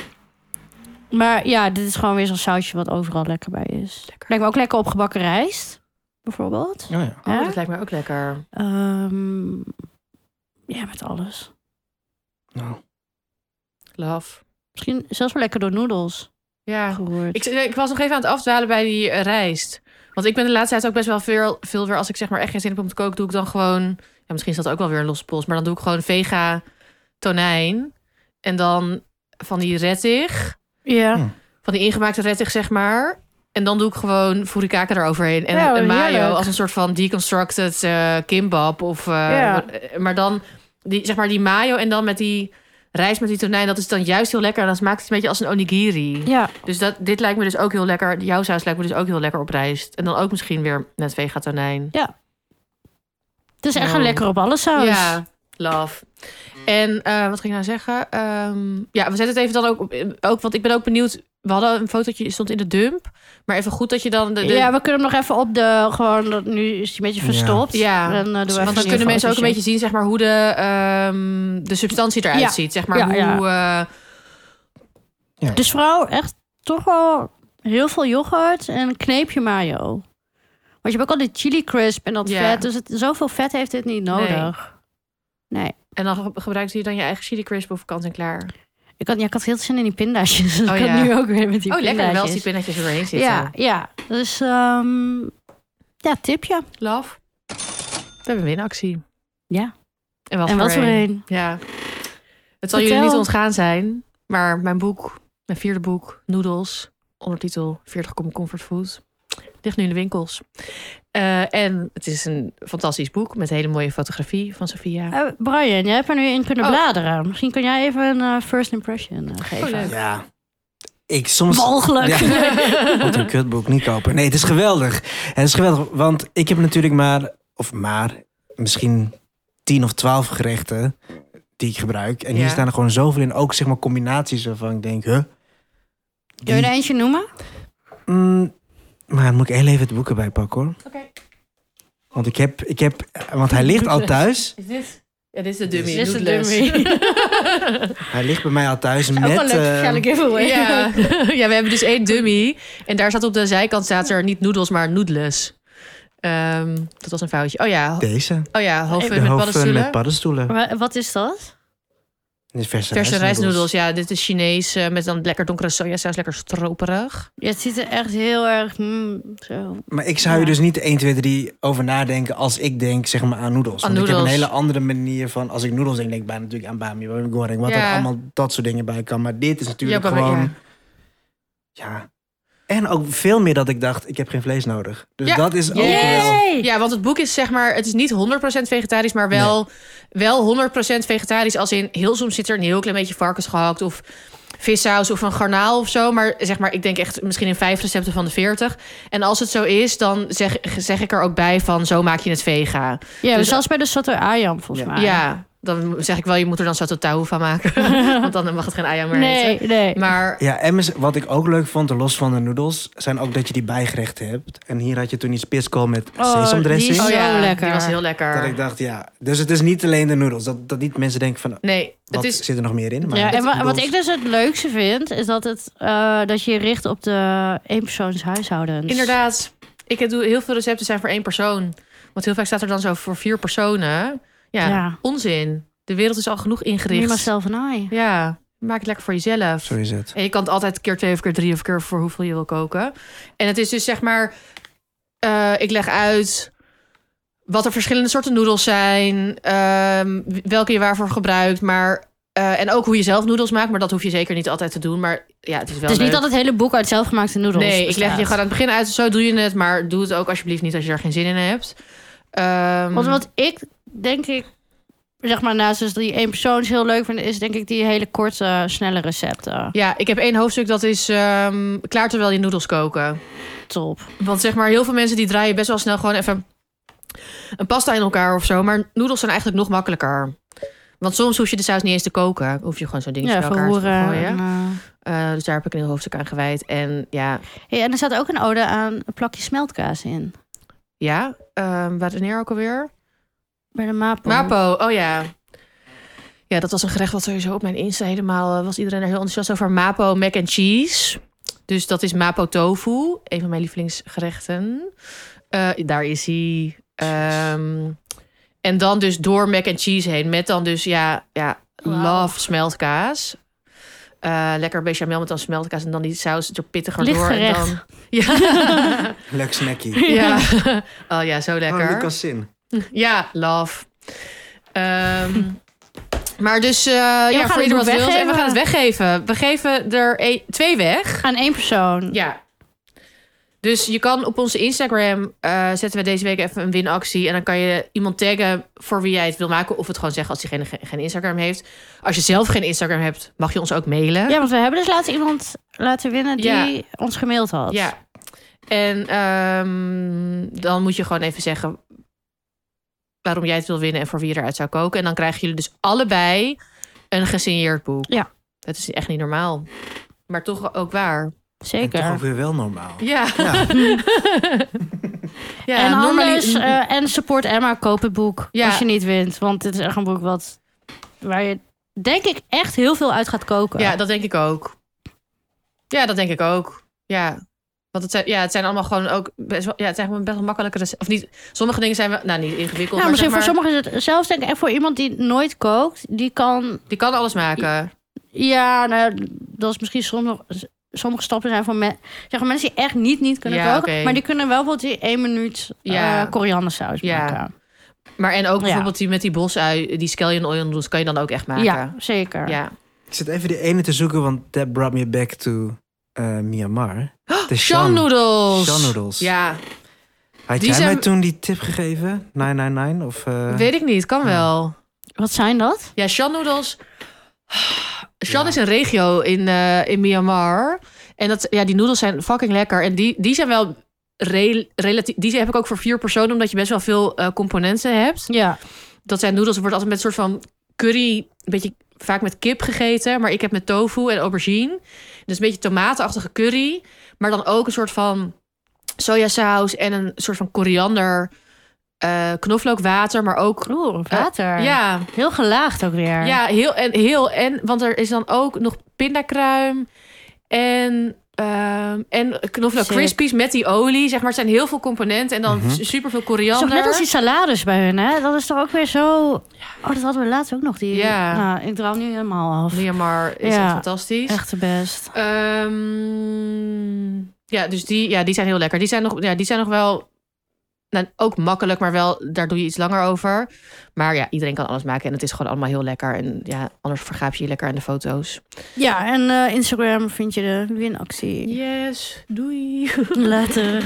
Maar ja, dit is gewoon weer zo'n sausje wat overal lekker bij is. Lekker. Lijkt me ook lekker op gebakken rijst, bijvoorbeeld. Oh ja. Oh, ja? Dat lijkt me ook lekker. Um, ja, met alles. Nou. Love. Misschien zelfs wel lekker door noedels. Ja, ik, ik was nog even aan het afdwalen bij die uh, rijst. Want ik ben de laatste tijd ook best wel veel, veel weer... als ik zeg maar echt geen zin heb om te koken, doe ik dan gewoon... Ja, misschien is dat ook wel weer een losse pols, maar dan doe ik gewoon vega tonijn. En dan van die rettig... Ja. Hm. Van die ingemaakte rettig, zeg maar. En dan doe ik gewoon furikake eroverheen. En ja, een mayo heerlijk. Als een soort van deconstructed uh, kimbap. Of, uh, ja. Maar dan, die, zeg maar, die mayo en dan met die rijst met die tonijn. Dat is dan juist heel lekker. En dan smaakt het een beetje als een onigiri. Ja. Dus dat, dit lijkt me dus ook heel lekker. Jouw saus lijkt me dus ook heel lekker op rijst. En dan ook misschien weer met vega tonijn. Ja. Het is echt oh. een lekker op alle saus. Ja, love. En uh, wat ging ik nou zeggen? Um, ja, we zetten het even dan ook op. Ook, want ik ben ook benieuwd. We hadden een fotootje, stond in de dump. Maar even goed dat je dan... De, de... Ja, we kunnen hem nog even op de... Gewoon, nu is hij een beetje verstopt. Ja, ja. Dan, uh, doen we want dan kunnen mensen ook een beetje zien... zeg maar, hoe de, um, de substantie eruit ja. ziet. Zeg maar, ja, hoe... Ja. Uh... Ja. Dus vrouw, echt toch wel heel veel yoghurt en een kneepje mayo. Want je hebt ook al die chili crisp en dat ja. vet. Dus het, zoveel vet heeft dit niet nodig. Nee. nee. En dan gebruikt je dan je eigen chili crisp of kant en klaar? Ik had, ja, ik had heel zin in die pindaatjes. Dus oh, ik ja. had nu ook weer met die oh, pindaatjes. Oh, lekker wel als die pindaatjes er doorheen zitten. Ja, ja. Dus, um, ja, tipje. Love. We hebben weer een actie. Ja. En wat, en voor, wat voor een. Ja. Het zal Vertel. jullie niet ontgaan zijn. Maar mijn boek, mijn vierde boek, Noedels, ondertitel veertig Comfort Food, ligt nu in de winkels. Uh, en het is een fantastisch boek met hele mooie fotografie van Sophia. Uh, Brian, jij hebt er nu in kunnen oh. bladeren. Misschien kan jij even een uh, first impression uh, geven. Oh, ja, ik soms... Walgelijk. Ja, wat een kutboek, niet kopen. Nee, het is geweldig. Het is geweldig, want ik heb natuurlijk maar, of maar, misschien tien of twaalf gerechten die ik gebruik. En hier ja. staan er gewoon zoveel in. Ook zeg maar combinaties waarvan ik denk, huh? Die... Kun je er eentje noemen? Mm, maar dan moet ik heel even het boek erbij pakken, hoor. Oké. Okay. Want ik heb, ik heb, want hij ligt al thuis. Is dit? Ja, dit is de dummy. Dit is de dummy. Hij ligt bij mij al thuis met... Ook wel leuk, uh, giveaway. Ja. Ja, we hebben dus één dummy. En daar staat op de zijkant staat er niet noedels, maar noedles. Um, dat was een foutje. Oh ja. Deze. Oh ja, hoofdfun met paddenstoelen. met paddenstoelen. Wat is dat? Verse, verse rijstnoedels, ja. Dit is Chinees uh, met dan lekker donkere sojasaus, lekker stroperig. Ja, het ziet er echt heel erg... Mm, zo. Maar ik zou ja. je dus niet één, twee, drie over nadenken als ik denk zeg maar aan noedels. Aan Want noedels. ik heb een hele andere manier van... Als ik noedels denk, denk ik bij natuurlijk aan bami, goreng, wat ja. er allemaal dat soort dingen bij kan. Maar dit is natuurlijk ja, gewoon... Ja. ja. En ook veel meer dat ik dacht, ik heb geen vlees nodig. Dus ja. dat is ook wel... Ja, want het boek is zeg maar... Het is niet honderd procent vegetarisch, maar wel, nee. wel honderd procent vegetarisch. Als in, heel soms zit er een heel klein beetje varkens gehakt... of vissaus of een garnaal of zo. Maar zeg maar, ik denk echt misschien in vijf recepten van de veertig. En als het zo is, dan zeg, zeg ik er ook bij van... zo maak je het vega. Ja, dus zelfs bij de soto ayam volgens ja. mij. Ja. Dan zeg ik wel, je moet er dan zo totaal van maken. Want dan mag het geen ayam meer nee, eten. Nee, maar ja, en wat ik ook leuk vond, los van de noedels, zijn ook dat je die bijgerechten hebt. En hier had je toen die spiskool met oh, sesamdressing. Die is oh ja, lekker. Die was heel lekker. Dat ik dacht, ja. Dus het is niet alleen de noedels. Dat, dat niet mensen denken van, nee, wat het is... zit er nog meer in? Maar ja, en wa- noedels... wat ik dus het leukste vind, is dat, het, uh, dat je je richt op de eenpersoonshuishoudens. Inderdaad. Ik doe heel veel recepten zijn voor één persoon. Want heel vaak staat er dan zo voor vier personen. Ja, ja. onzin. De wereld is al genoeg ingericht. Niemand zelf en ai. Ja, maak het lekker voor jezelf. Zo is het. En je kan het altijd keer twee of keer drie of keer voor hoeveel je wil koken. En het is dus zeg maar... Uh, ik leg uit wat er verschillende soorten noedels zijn. Um, welke je waarvoor gebruikt. Maar, uh, en ook hoe je zelf noedels maakt. Maar dat hoef je zeker niet altijd te doen. Maar ja, het is wel Het is leuk. niet dat het hele boek uit zelfgemaakte noedels Nee, bestaat. ik leg je gewoon aan het begin uit. Zo doe je het. Maar doe het ook alsjeblieft niet als je er geen zin in hebt. Um, Want wat ik denk ik... zeg maar naast dus die één persoon heel leuk vind... is denk ik die hele korte, snelle recepten. Ja, ik heb één hoofdstuk dat is um, klaar terwijl je noedels koken. Top. Want zeg maar, heel veel mensen die draaien best wel snel gewoon even een pasta in elkaar of zo. Maar noedels zijn eigenlijk nog makkelijker. Want soms hoef je de saus niet eens te koken. Hoef je gewoon zo'n ding ja, bij elkaar te gooien. En, uh... Uh, dus daar heb ik een heel hoofdstuk aan gewijd. En ja. Hey, en er staat ook een ode aan een plakje smeltkaas in. Ja, um, wanneer ook alweer? Bij de Mapo. Mapo, oh ja. Ja, dat was een gerecht wat sowieso op mijn Insta helemaal... was iedereen er heel enthousiast over. Mapo mac and cheese. Dus dat is Mapo tofu. Een van mijn lievelingsgerechten. Uh, daar is hij. Um, en dan dus door mac and cheese heen. Met dan dus, ja, ja wow. love smeltkaas. Uh, lekker bechamel met dan smeltkaas. En dan die saus er pittiger Licht door. gerecht. En dan, ja. Leuk snackie. Ja. Oh ja, zo lekker. Oh, Lucas zin. Ja, love. Um, maar dus, uh, ja, ja voor ieder wat wil. En we gaan het weggeven. We geven er een, twee weg. Aan één persoon. Ja. Dus je kan op onze Instagram... Uh, zetten we deze week even een winactie. En dan kan je iemand taggen voor wie jij het wil maken. Of het gewoon zeggen als diegene geen Instagram heeft. Als je zelf geen Instagram hebt, mag je ons ook mailen. Ja, want we hebben dus laatst iemand laten winnen die ja. ons gemaild had. Ja. En um, dan moet je gewoon even zeggen... waarom jij het wil winnen en voor wie je eruit zou koken. En dan krijgen jullie dus allebei een gesigneerd boek. Ja. Dat is echt niet normaal. Maar toch ook waar. Zeker. En toch ook weer wel normaal. Ja. ja. ja en anders, uh, en support Emma, koop het boek. Ja. Als je niet wint. Want dit is echt een boek wat... waar je, denk ik, echt heel veel uit gaat koken. Ja, dat denk ik ook. Ja, dat denk ik ook. Ja. Want het zijn, ja, het zijn allemaal gewoon ook best wel, ja, het zijn gewoon best wel makkelijke of niet. Sommige dingen zijn wel, nou niet ingewikkeld. Ja, maar zeg maar maar, voor sommigen is het zelfs denk ik echt voor iemand die nooit kookt, die kan, die kan alles maken. Ja, nou, dat is misschien sommige, sommige stappen zijn voor me, zeg maar, mensen die echt niet niet kunnen ja, koken, okay. maar die kunnen wel bijvoorbeeld die één minuut ja. uh, koriandersaus ja. maken. Maar en ook bijvoorbeeld ja. die met die bosui, die scallion oil noodles kan je dan ook echt maken. Ja, zeker. Ja. Ik zit even die ene te zoeken, want that brought me back to uh, Myanmar. De Shan noodles. Shan noodles. Ja. Had die jij zijn... mij toen die tip gegeven? negen negen negen? Of, uh... Weet ik niet, kan ja. wel. Wat zijn dat? Ja, Shan noodles. Shan ja. is een regio in, uh, in Myanmar. En dat, ja, die noedels zijn fucking lekker. En die, die zijn wel re- relatief... Die heb ik ook voor vier personen, omdat je best wel veel uh, componenten hebt. Ja. Dat zijn noedels, wordt altijd met een soort van curry... een beetje vaak met kip gegeten. Maar ik heb met tofu en aubergine. Dus een beetje tomatenachtige curry. Maar dan ook een soort van sojasaus en een soort van koriander... Uh, knoflookwater, maar ook... Oeh, water. Uh, ja. Heel gelaagd ook weer. Ja, heel en, heel en... Want er is dan ook nog pindakruim en... Uh, en knoflook crispies met die olie. Zeg maar, het zijn heel veel componenten. En dan mm-hmm. super veel koriander. Het is net als die salades bij hun, hè? Dat is toch ook weer zo... Oh, dat hadden we laatst ook nog. Die... Ja. Nou, ik draal nu helemaal af. Myanmar is ja, echt fantastisch. Echt de best. Um, ja, dus die, ja, die zijn heel lekker. Die zijn nog, ja, die zijn nog wel... Nou, ook makkelijk, maar wel, daar doe je iets langer over. Maar ja, iedereen kan alles maken en het is gewoon allemaal heel lekker. En ja, anders vergaap je je lekker aan de foto's. Ja, en uh, Instagram vind je de winactie. Yes, doei. Later.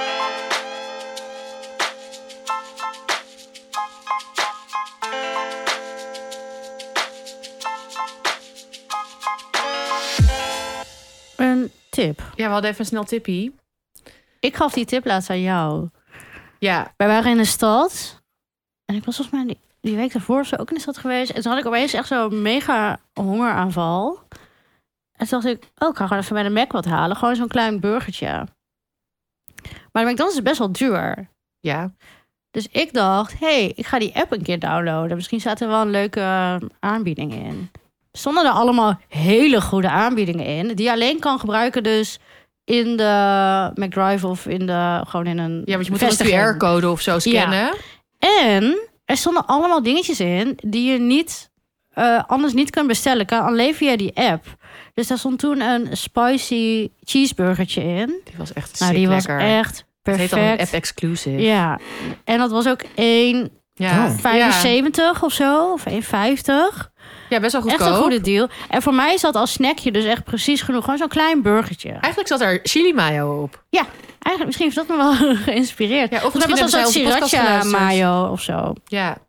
Een tip. Ja, we hadden even een snel tippie. Ik gaf die tip laatst aan jou. Ja. Wij waren in de stad. En ik was volgens mij die week daarvoor of zo ook in de stad geweest. En toen had ik opeens echt zo'n mega hongeraanval. En toen dacht ik, oh, ik ga gewoon even bij de Mac wat halen. Gewoon zo'n klein burgertje. Maar de McDonald's is best wel duur. Ja. Dus ik dacht, hé, hey, ik ga die app een keer downloaden. Misschien staat er wel een leuke aanbieding in. Er stonden er allemaal hele goede aanbiedingen in. Die je alleen kan gebruiken dus in de McDrive of in de, gewoon in een Ja, want je moet een Q R-code of zo scannen. Ja. En er stonden allemaal dingetjes in die je niet uh, anders niet kunt bestellen. Kan alleen via die app. Dus daar stond toen een spicy cheeseburgertje in. Die was echt nou, die lekker. was echt perfect. Het heet dan een app-exclusive. Ja, en dat was ook één vijfenzeventig ja. of zo, of één vijftig. Ja, best wel goedkoop. Echt een goede deal. En voor mij is dat als snackje dus echt precies genoeg. Gewoon zo'n klein burgertje. Eigenlijk zat er chili mayo op. Ja, eigenlijk misschien heeft dat me wel geïnspireerd. Ja, of misschien was dat zo'n sriracha mayo of zo. Ja.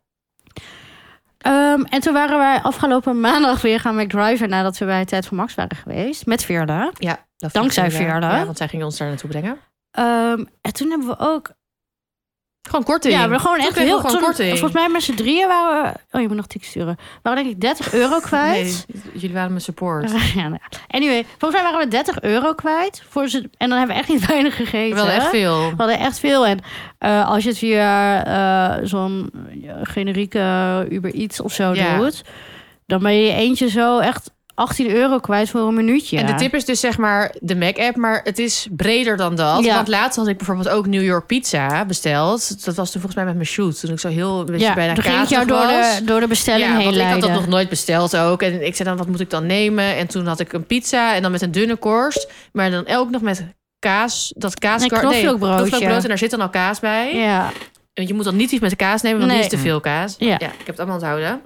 Um, en toen waren wij afgelopen maandag weer gaan McDriven nadat we bij Tijd voor Max waren geweest. Met Veerle. Ja, dat dankzij Veerle. Ja, want zij gingen ons daar naartoe brengen. Um, en toen hebben we ook... Gewoon korting. Ja, we gewoon toen echt heel... gewoon toen, korting. Volgens mij met z'n drieën waren we... Oh, je moet nog tik sturen. We waren denk ik dertig euro kwijt. Nee, jullie waren mijn support. Ja, nou ja. Anyway, volgens mij waren we dertig euro kwijt. Voor ze, en dan hebben we echt niet weinig gegeten. We hadden echt veel. We hadden echt veel. En uh, als je het via uh, zo'n uh, generieke Uber Eats of zo ja. doet... dan ben je eentje zo echt... achttien euro kwijt voor een minuutje. En de tip is dus zeg maar de Mac-app, maar het is breder dan dat. Ja. Want laatst had ik bijvoorbeeld ook New York pizza besteld. Dat was toen volgens mij met mijn shoot. Toen ik zo heel, weet je, ja, bijna toen ging ik jou door de, door de bestelling ja, heen want leiden. Ik had dat nog nooit besteld ook. En ik zei dan, wat moet ik dan nemen? En toen had ik een pizza en dan met een dunne korst. Maar dan ook nog met kaas. Dat kaas... Nee, knoflookbroodje. Nee, knoflookbrood en daar zit dan al kaas bij. Ja. En je moet dan niet iets met de kaas nemen, want nee. die is te veel kaas. Ja, ja ik heb het allemaal onthouden.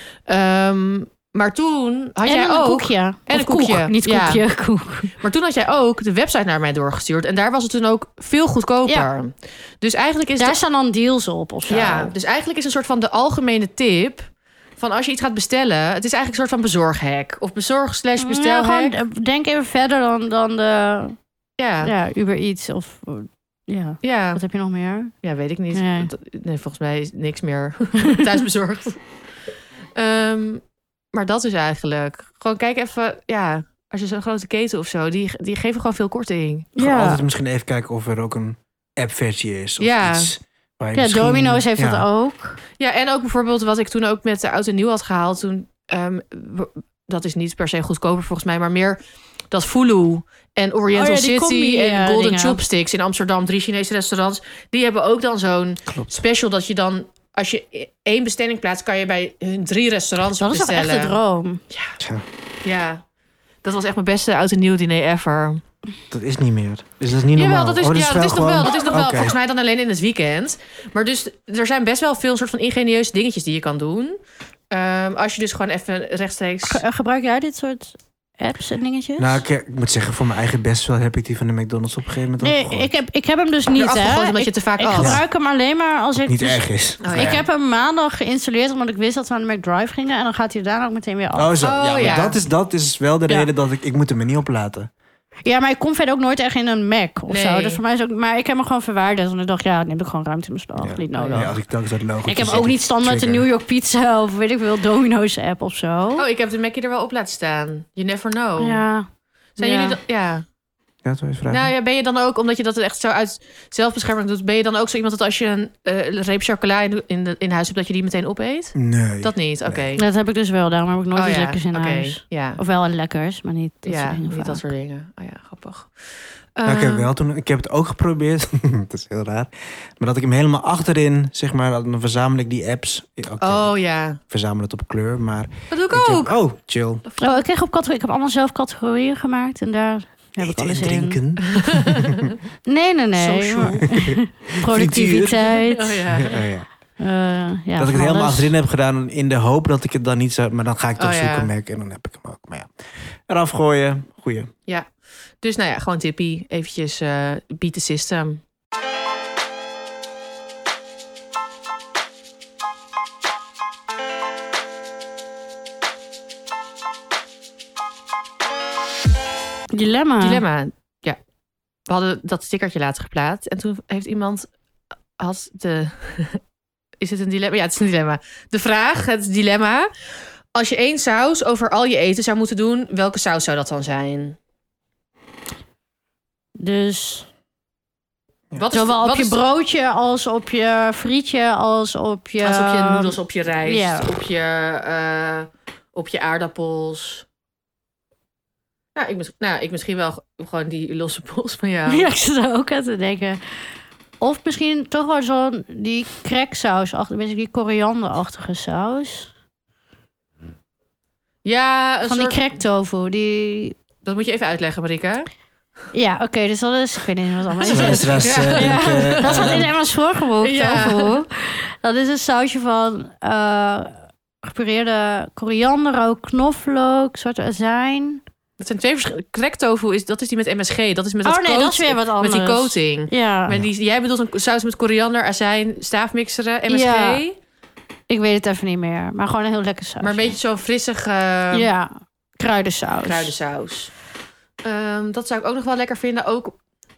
Um, Maar toen had en jij een ook... Koekje. En of een koekje. Koek, niet koekje, ja. koek. Maar toen had jij ook de website naar mij doorgestuurd. En daar was het toen ook veel goedkoper. Ja. Dus eigenlijk is daar de... staan dan deals op of zo. Ja, dus eigenlijk is een soort van de algemene tip... van als je iets gaat bestellen... het is eigenlijk een soort van bezorghack. Of bezorg slash bestelhack. Ja, denk even verder dan, dan de... Ja. ja, Uber Eats of... Ja. ja. Wat heb je nog meer? Ja, weet ik niet. Nee, nee volgens mij is niks meer thuis bezorgd. um, Maar dat is eigenlijk... Gewoon kijk even... Ja, als je zo'n grote keten of zo... Die, die geven gewoon veel korting. Gewoon ja. altijd misschien even kijken of er ook een app-versie is. Of ja. iets waar je ja, misschien... Domino's heeft ja. dat ook. Ja, en ook bijvoorbeeld wat ik toen ook met de oud en nieuw had gehaald. Toen, um, dat is niet per se goedkoper volgens mij... maar meer dat Fulu en Oriental oh ja, City combi, en Golden dingen. Chopsticks in Amsterdam. Drie Chinese restaurants. Die hebben ook dan zo'n Klopt. special dat je dan... Als je één bestelling plaatst, kan je bij hun drie restaurants dat bestellen. Dat is toch echt de droom? Ja. ja. ja. Dat was echt mijn beste oud en nieuw diner ever. Dat is niet meer. Dus dat is niet Jawel, normaal. dat is, oh, dat ja, is dat is nog gewoon... wel. Dat is nog okay. wel. Volgens mij dan alleen in het weekend. Maar dus er zijn best wel veel soort van ingenieuze dingetjes die je kan doen. Um, als je dus gewoon even rechtstreeks... Ge- gebruik jij dit soort apps en dingetjes? Nou, ik, ik moet zeggen, voor mijn eigen bestwil heb ik die van de McDonald's op een gegeven moment Nee, afgegooid. ik heb, ik heb hem dus niet, hè. Omdat ik, je te vaak ik at. gebruik hem alleen maar als ik... Niet dus, erg is. Oh, ja. Ik heb hem maandag geïnstalleerd omdat ik wist dat we aan de McDrive gingen. En dan gaat hij daarna ook meteen weer af. Oh zo, Oh, ja, maar ja. Dat, is, dat is wel de Ja. reden dat ik... Ik moet hem er niet op laten. Ja, maar ik kom verder ook nooit echt in een Mac of Nee. zo. Dus voor mij is ook... Maar ik heb hem gewoon verwaardigd. Want ik dacht, ja, neem ik gewoon ruimte in beslag. Ja. Niet nodig. Ja, als ik dat dat logo Ik heb ook niet standaard de New York Pizza of weet ik veel, Domino's app of zo. Oh, ik heb de Mackie er wel op laten staan. You never know. Ja. Zijn ja. jullie... dan- Ja. Ja, dat wil je vragen. Nou ja, ben je dan ook, omdat je dat echt zo uit zelfbescherming doet... ben je dan ook zo iemand dat als je een uh, reep chocola in, in, de, in huis hebt... dat je die meteen opeet? Nee. Dat niet, oké. Nee. Dat heb ik dus wel. Daarom heb ik nooit Oh iets ja, lekkers in oké, huis. ja. Of wel lekkers, maar niet dat Ja, soort dingen niet vaak. dat soort dingen. Oh ja, grappig. Nou, ik heb Uh, wel toen, ik heb het ook geprobeerd. Dat is heel raar. Maar dat ik hem helemaal achterin, zeg maar, dan verzamel ik die apps. Okay, Oh ja. ik verzamel het op kleur, maar... Dat doe ik, ik ook. Heb, oh, chill. Oh, ik kreeg op categorie. Ik heb allemaal zelf categorieën gemaakt en daar heb ik Eten alles en in. drinken. Nee, nee, nee. Social. Productiviteit. Oh ja. Ja, ja. Uh, ja, dat ik het van helemaal alles. achterin heb gedaan in de hoop dat ik het dan niet zou... Maar dan ga ik toch Oh, ja. zoeken, Mac, en dan heb ik hem ook. Maar ja, eraf gooien. Goeie. Ja. Dus nou ja, gewoon tippie. Eventjes uh, beat the system. Dilemma. Dilemma. Ja. We hadden dat stickertje laten geplaatst. En toen heeft iemand... had de is het een dilemma? Ja, het is een dilemma. De vraag, het dilemma. Als je één saus over al je eten zou moeten doen, welke saus zou dat dan zijn? Dus... Ja. Wat is, Zowel op wat je is, broodje als op je frietje als op je... Als op je noedels, op je rijst, ja. op, je, uh, op je aardappels. Ja, ik, nou, ik misschien wel gewoon die losse pols van jou. Ja, ik zit er ook aan te denken. Of misschien toch wel zo'n die cracksaus, die korianderachtige saus. Ja, een van soort... die cracktofu. Die... Dat moet je even uitleggen, Marika. Ja, oké, okay, dus dat is... Ik weet niet wat allemaal is. Ja, ja. Ja. Ja. Dat is wat in Emma's voorgeboekt. Ja. Dat is een sausje van uh, gepureerde koriander, rook, knoflook, zwarte azijn. Dat zijn twee verschillende... Cracktofu, is, dat is die met M S G. Dat is met dat oh nee, coat... dat is weer wat anders. Met die coating. Ja. Maar die, jij bedoelt een saus met koriander, azijn, staafmixeren, M S G? Ja. Ik weet het even niet meer. Maar gewoon een heel lekker saus. Maar een beetje zo'n frissige... Ja, kruidensaus. Kruidensaus. Um, dat zou ik ook nog wel lekker vinden. Ook.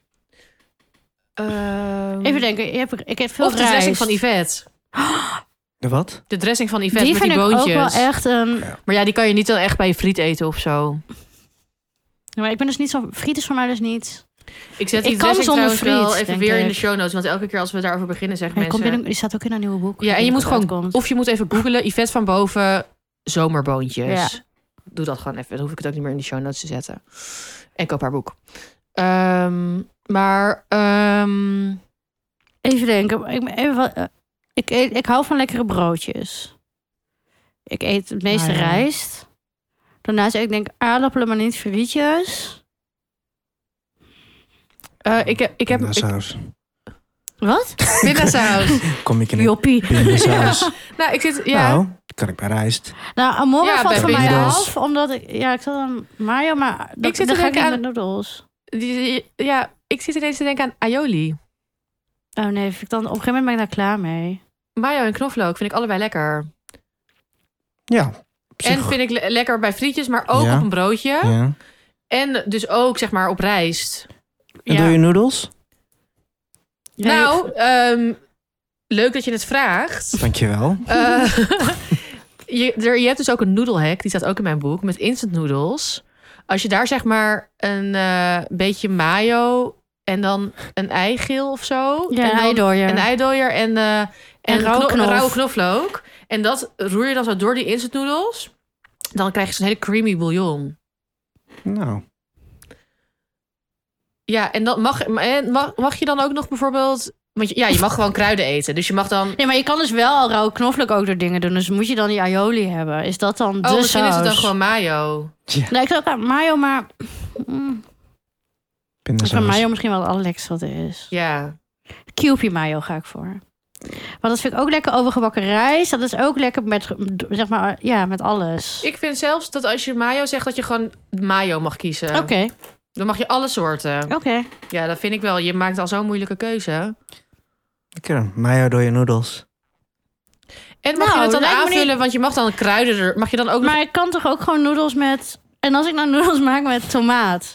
Um, Even denken, ik heb, ik heb veel Of de rijst. dressing van Yvette. De wat? De dressing van Yvette die met vind die boontjes. Ik ook wel echt een... Ja. Maar ja, die kan je niet dan echt bij je friet eten of zo. Ja, maar ik ben dus niet zo... Friet is voor mij dus niet... Ik zet die ik kan dressing zonder trouwens friet, wel even weer ik. in de show notes. Want elke keer als we daarover beginnen zeggen ja, mensen... Binnen, die staat ook in een nieuwe boek. Ja, en je moet gewoon... Uitkomt. Of je moet even googlen. Yvette van boven, zomerboontjes. Ja. Doe dat gewoon even. Dan hoef ik het ook niet meer in de show notes te zetten. En koop haar boek. Um, maar... Um... Even denken. Ik, even, uh, ik, eet, ik hou van lekkere broodjes. Ik eet het meeste ah, ja. rijst. Daarnaast eet ik denk aardappelen, maar niet frietjes. Uh, ik heb... Ik heb Pindasaus. Ik... Wat? Pindasaus. Kom ik in een Joppie. pindasaus. Ja. Nou, ik zit... Ja. Nou, kan ik bij rijst. Nou, Amore ja, valt van mij noodles. af, omdat ik... Ja, ik zat aan mayo, maar ik zit dan ga ik niet aan met noedels. Die, ja, ik zit ineens te denken aan aioli. Oh nee, vind ik dan, op een gegeven moment ben ik daar klaar mee. Mayo en knoflook vind ik allebei lekker. Ja. En vind ik le- lekker bij frietjes, maar ook ja. op een broodje. Ja. En dus ook, zeg maar, op rijst. En ja. doe je noedels? Ja, nou, um, leuk dat je het vraagt. Dankjewel. Uh, je, er, je hebt dus ook een noedelhack, die staat ook in mijn boek, met instant noodles. Als je daar zeg maar een uh, beetje mayo en dan een eigeel of zo. Ja, een eidooier. Een eidooier en, uh, en, en rauwe, kno- knof. rauwe knoflook. En dat roer je dan zo door die instant noodles. Dan krijg je zo'n hele creamy bouillon. Nou. Ja, en dan mag, mag, mag je dan ook nog bijvoorbeeld... Want je, ja, je mag gewoon kruiden eten. Dus je mag dan... Nee, maar je kan dus wel rauwe knoflook ook door dingen doen. Dus moet je dan die aioli hebben? Is dat dan de Oh, misschien saus? is het dan gewoon mayo. Ja. Nee, ik zou ook aan mayo, maar... Mm, ik vind mayo misschien wel het allerlekkerste wat er is. Ja. Kewpie mayo ga ik voor. Maar dat vind ik ook lekker overgebakken rijst. Dat is ook lekker met, zeg maar, ja, met alles. Ik vind zelfs dat als je mayo zegt, dat je gewoon mayo mag kiezen. Oké. Okay. Dan mag je alle soorten. Oké. Okay. Ja, dat vind ik wel. Je maakt al zo'n moeilijke keuze. Lekker, mayo door je noedels. En mag nou, je het dan aanvullen? Niet... Want je mag dan kruiden er... Mag je dan ook maar nog... ik kan toch ook gewoon noedels met... En als ik nou noedels maak met tomaat...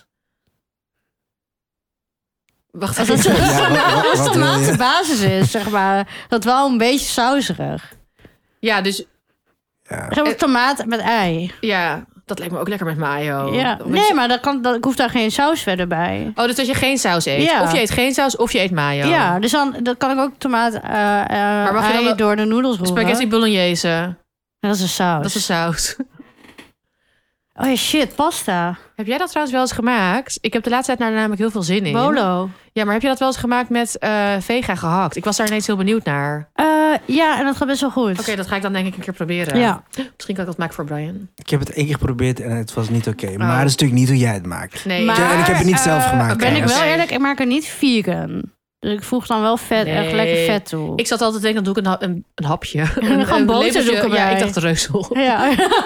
Wacht even. Als het ja, als tomaat de basis is, zeg maar. Dat wel een beetje sauserig. Ja, dus... Ja. Zeg maar tomaat met ei. Ja, dat lijkt me ook lekker met mayo. Ja. Nee, maar dat kan, dat, ik hoef daar geen saus verder bij. Oh, dus dat je geen saus eet. Ja. Of je eet geen saus, of je eet mayo. Ja, dus dan, dan kan ik ook tomaat uh, uh, maar mag je dan door de noedels roeren. Spaghetti bolognese. Ja, dat is een saus. Dat is een saus. Oh ja, shit, pasta. Heb jij dat trouwens wel eens gemaakt? Ik heb de laatste tijd daar namelijk heel veel zin in. Bolo. Ja, maar heb je dat wel eens gemaakt met uh, vega gehakt? Ik was daar ineens heel benieuwd naar. Uh, ja, en dat gaat best wel goed. Oké, okay, dat ga ik dan denk ik een keer proberen. Ja. Misschien kan ik dat maken voor Brian. Ik heb het één keer geprobeerd en het was niet oké. Okay. Oh. Maar dat is natuurlijk niet hoe jij het maakt. Nee. Maar, ja, en ik heb het niet uh, zelf gemaakt. Ben ik wel eerlijk, ik maak het niet vegan. Dus ik voeg dan wel vet, nee. echt lekker vet toe. Ik zat altijd te denken, dan doe ik een, een, een hapje. Een, een boter doe ik erbij. Ja, ik dacht reuzel. Ja.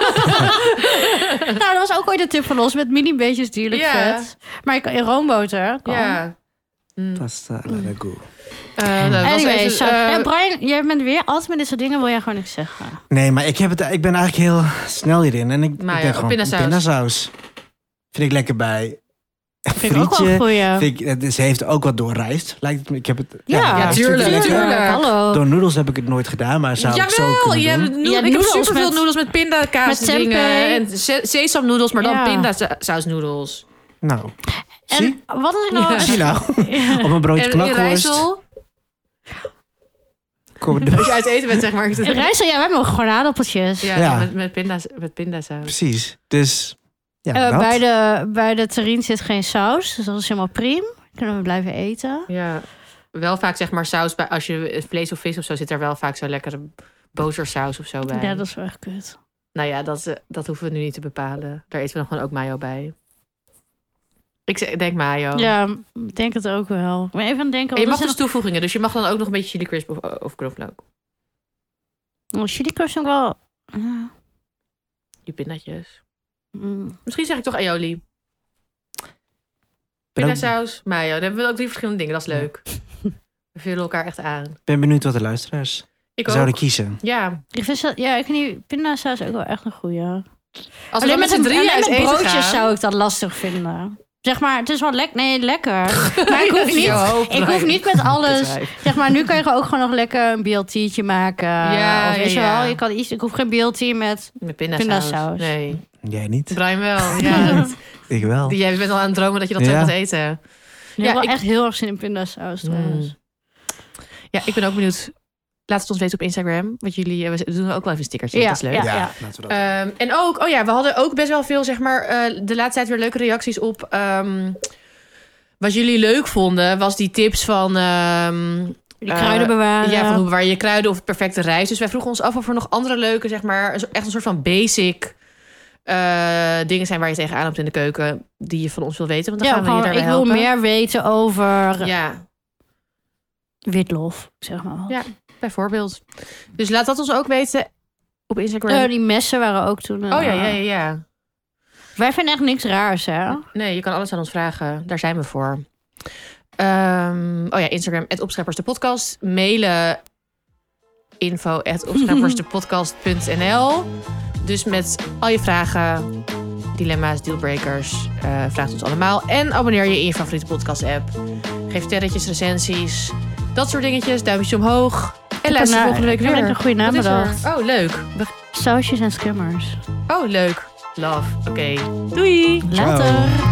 Nou, dat was ook ooit een tip van ons met mini beetjes dierlijk ja. vet. Maar ik, in roomboter kan. Ja. Mm. Pasta alla ragu. Uh, nou, anyway, even, so, uh, ja, Brian, jij bent weer altijd met dit soort dingen, wil jij gewoon niks zeggen? Nee, maar ik, heb het, ik ben eigenlijk heel snel hierin. En ik, maar ik denk ja, gewoon pindasaus. pindasaus. Vind ik lekker bij Vind ik ook wel een goeie. Vind ik, ze heeft ook wat doorrijst. Lijkt het, ik heb het, ja, ja, ja tuurlijk. tuurlijk. tuurlijk. Hallo. Door noedels heb ik het nooit gedaan, maar zou Jawel, ik zo kunnen je doen. hebt noedels, ja, ik heb superveel met, noedels met pindakaas met dingen. En se- sesamnoedels, maar dan ja. pindasausnoedels. Nou, en zie? wat is ik nou? Ja. Zie nou, op een broodje knakworst. Als je uit eten bent, zeg maar. In Rijssel, ja, we hebben ook gewoon aardappeltjes. Ja, ja. Met, met, pinda's, met pindasaus. Precies, dus... Ja, uh, bij, de, bij de terrine zit geen saus, dus dat is helemaal prima. Kunnen we blijven eten. Ja, wel vaak zeg maar saus bij. Als je vlees of vis of zo zit er wel vaak zo lekkere botersaus of zo bij. Ja, dat is wel echt kut. Nou ja, dat, dat hoeven we nu niet te bepalen. Daar eten we dan gewoon ook mayo bij. Ik denk mayo. Ja, ik denk het ook wel. Maar even aan denken. En je mag dus nog toevoegingen, dus je mag dan ook nog een beetje chili crisp of, of knoflook. Oh, chili crisp ook wel. Uh. Die pindatjes. Mm. Misschien zeg ik toch aioli. Pindasaus, mayo. Dan hebben we ook drie verschillende dingen. Dat is leuk. We vullen elkaar echt aan. Ik ben benieuwd wat de luisteraars ik zouden kiezen. Ja. Ik vind, ja, ik vind die pindasaus ook wel echt een goeie. Als alleen met z'n drieën uit eten broodjes gaan, zou ik dat lastig vinden. Zeg maar, het is wel lekker. Nee, lekker. Maar ik hoef niet, ik hoef niet met alles. Zeg maar, nu kan je ook gewoon nog lekker een B L T'tje maken. Ja, of weet ja, je wel, ja. je kan iets. Ik hoef geen B L T met, met pindasaus. pindasaus. Nee. Jij niet? Brian wel. Ja. Ik wel. Jij bent al aan het dromen dat je dat ja. gaat eten. Ja, ik heb wel ik... echt heel erg zin in pindasaus. Mm. Ja, ik ben ook benieuwd. Laat het ons weten op Instagram. Wat jullie, we doen ook wel even een stickertje. Ja, dat is leuk. Ja, ja. ja laten we dat. Um, en ook, oh ja, we hadden ook best wel veel, zeg maar, uh, de laatste tijd weer leuke reacties op. Um, wat jullie leuk vonden, was die tips van. Um, je kruiden bewaren. Uh, ja, van hoe bewaar je je kruiden of het perfecte rijst. Dus wij vroegen ons af of er nog andere leuke, zeg maar, echt een soort van basic uh, dingen zijn waar je tegenaan loopt in de keuken. Die je van ons wil weten. Want dan ja, gaan we je daarbij ik helpen. wil meer weten over. Ja. Witlof, zeg maar. Ja, bijvoorbeeld. Dus laat dat ons ook weten op Instagram. Uh, die messen waren ook toen. Uh, oh ja, ja, ja, ja. Wij vinden echt niks raars, hè? Nee, je kan alles aan ons vragen. Daar zijn we voor. Um, oh ja, Instagram, at opscheppersdepodcast. Mailen info at opscheppersdepodcast punt n l. Dus met al je vragen, dilemma's, dealbreakers, uh, vraag ons allemaal. En abonneer je in je favoriete podcast app. Geef sterretjes, recensies, dat soort dingetjes. Duimpjes omhoog. En luister na- volgende week weer. Ik heb een goede naam bedacht. Oh, leuk. Sausjes en skimmers. Oh, leuk. Love. Oké. Okay. Doei. Later. Ciao.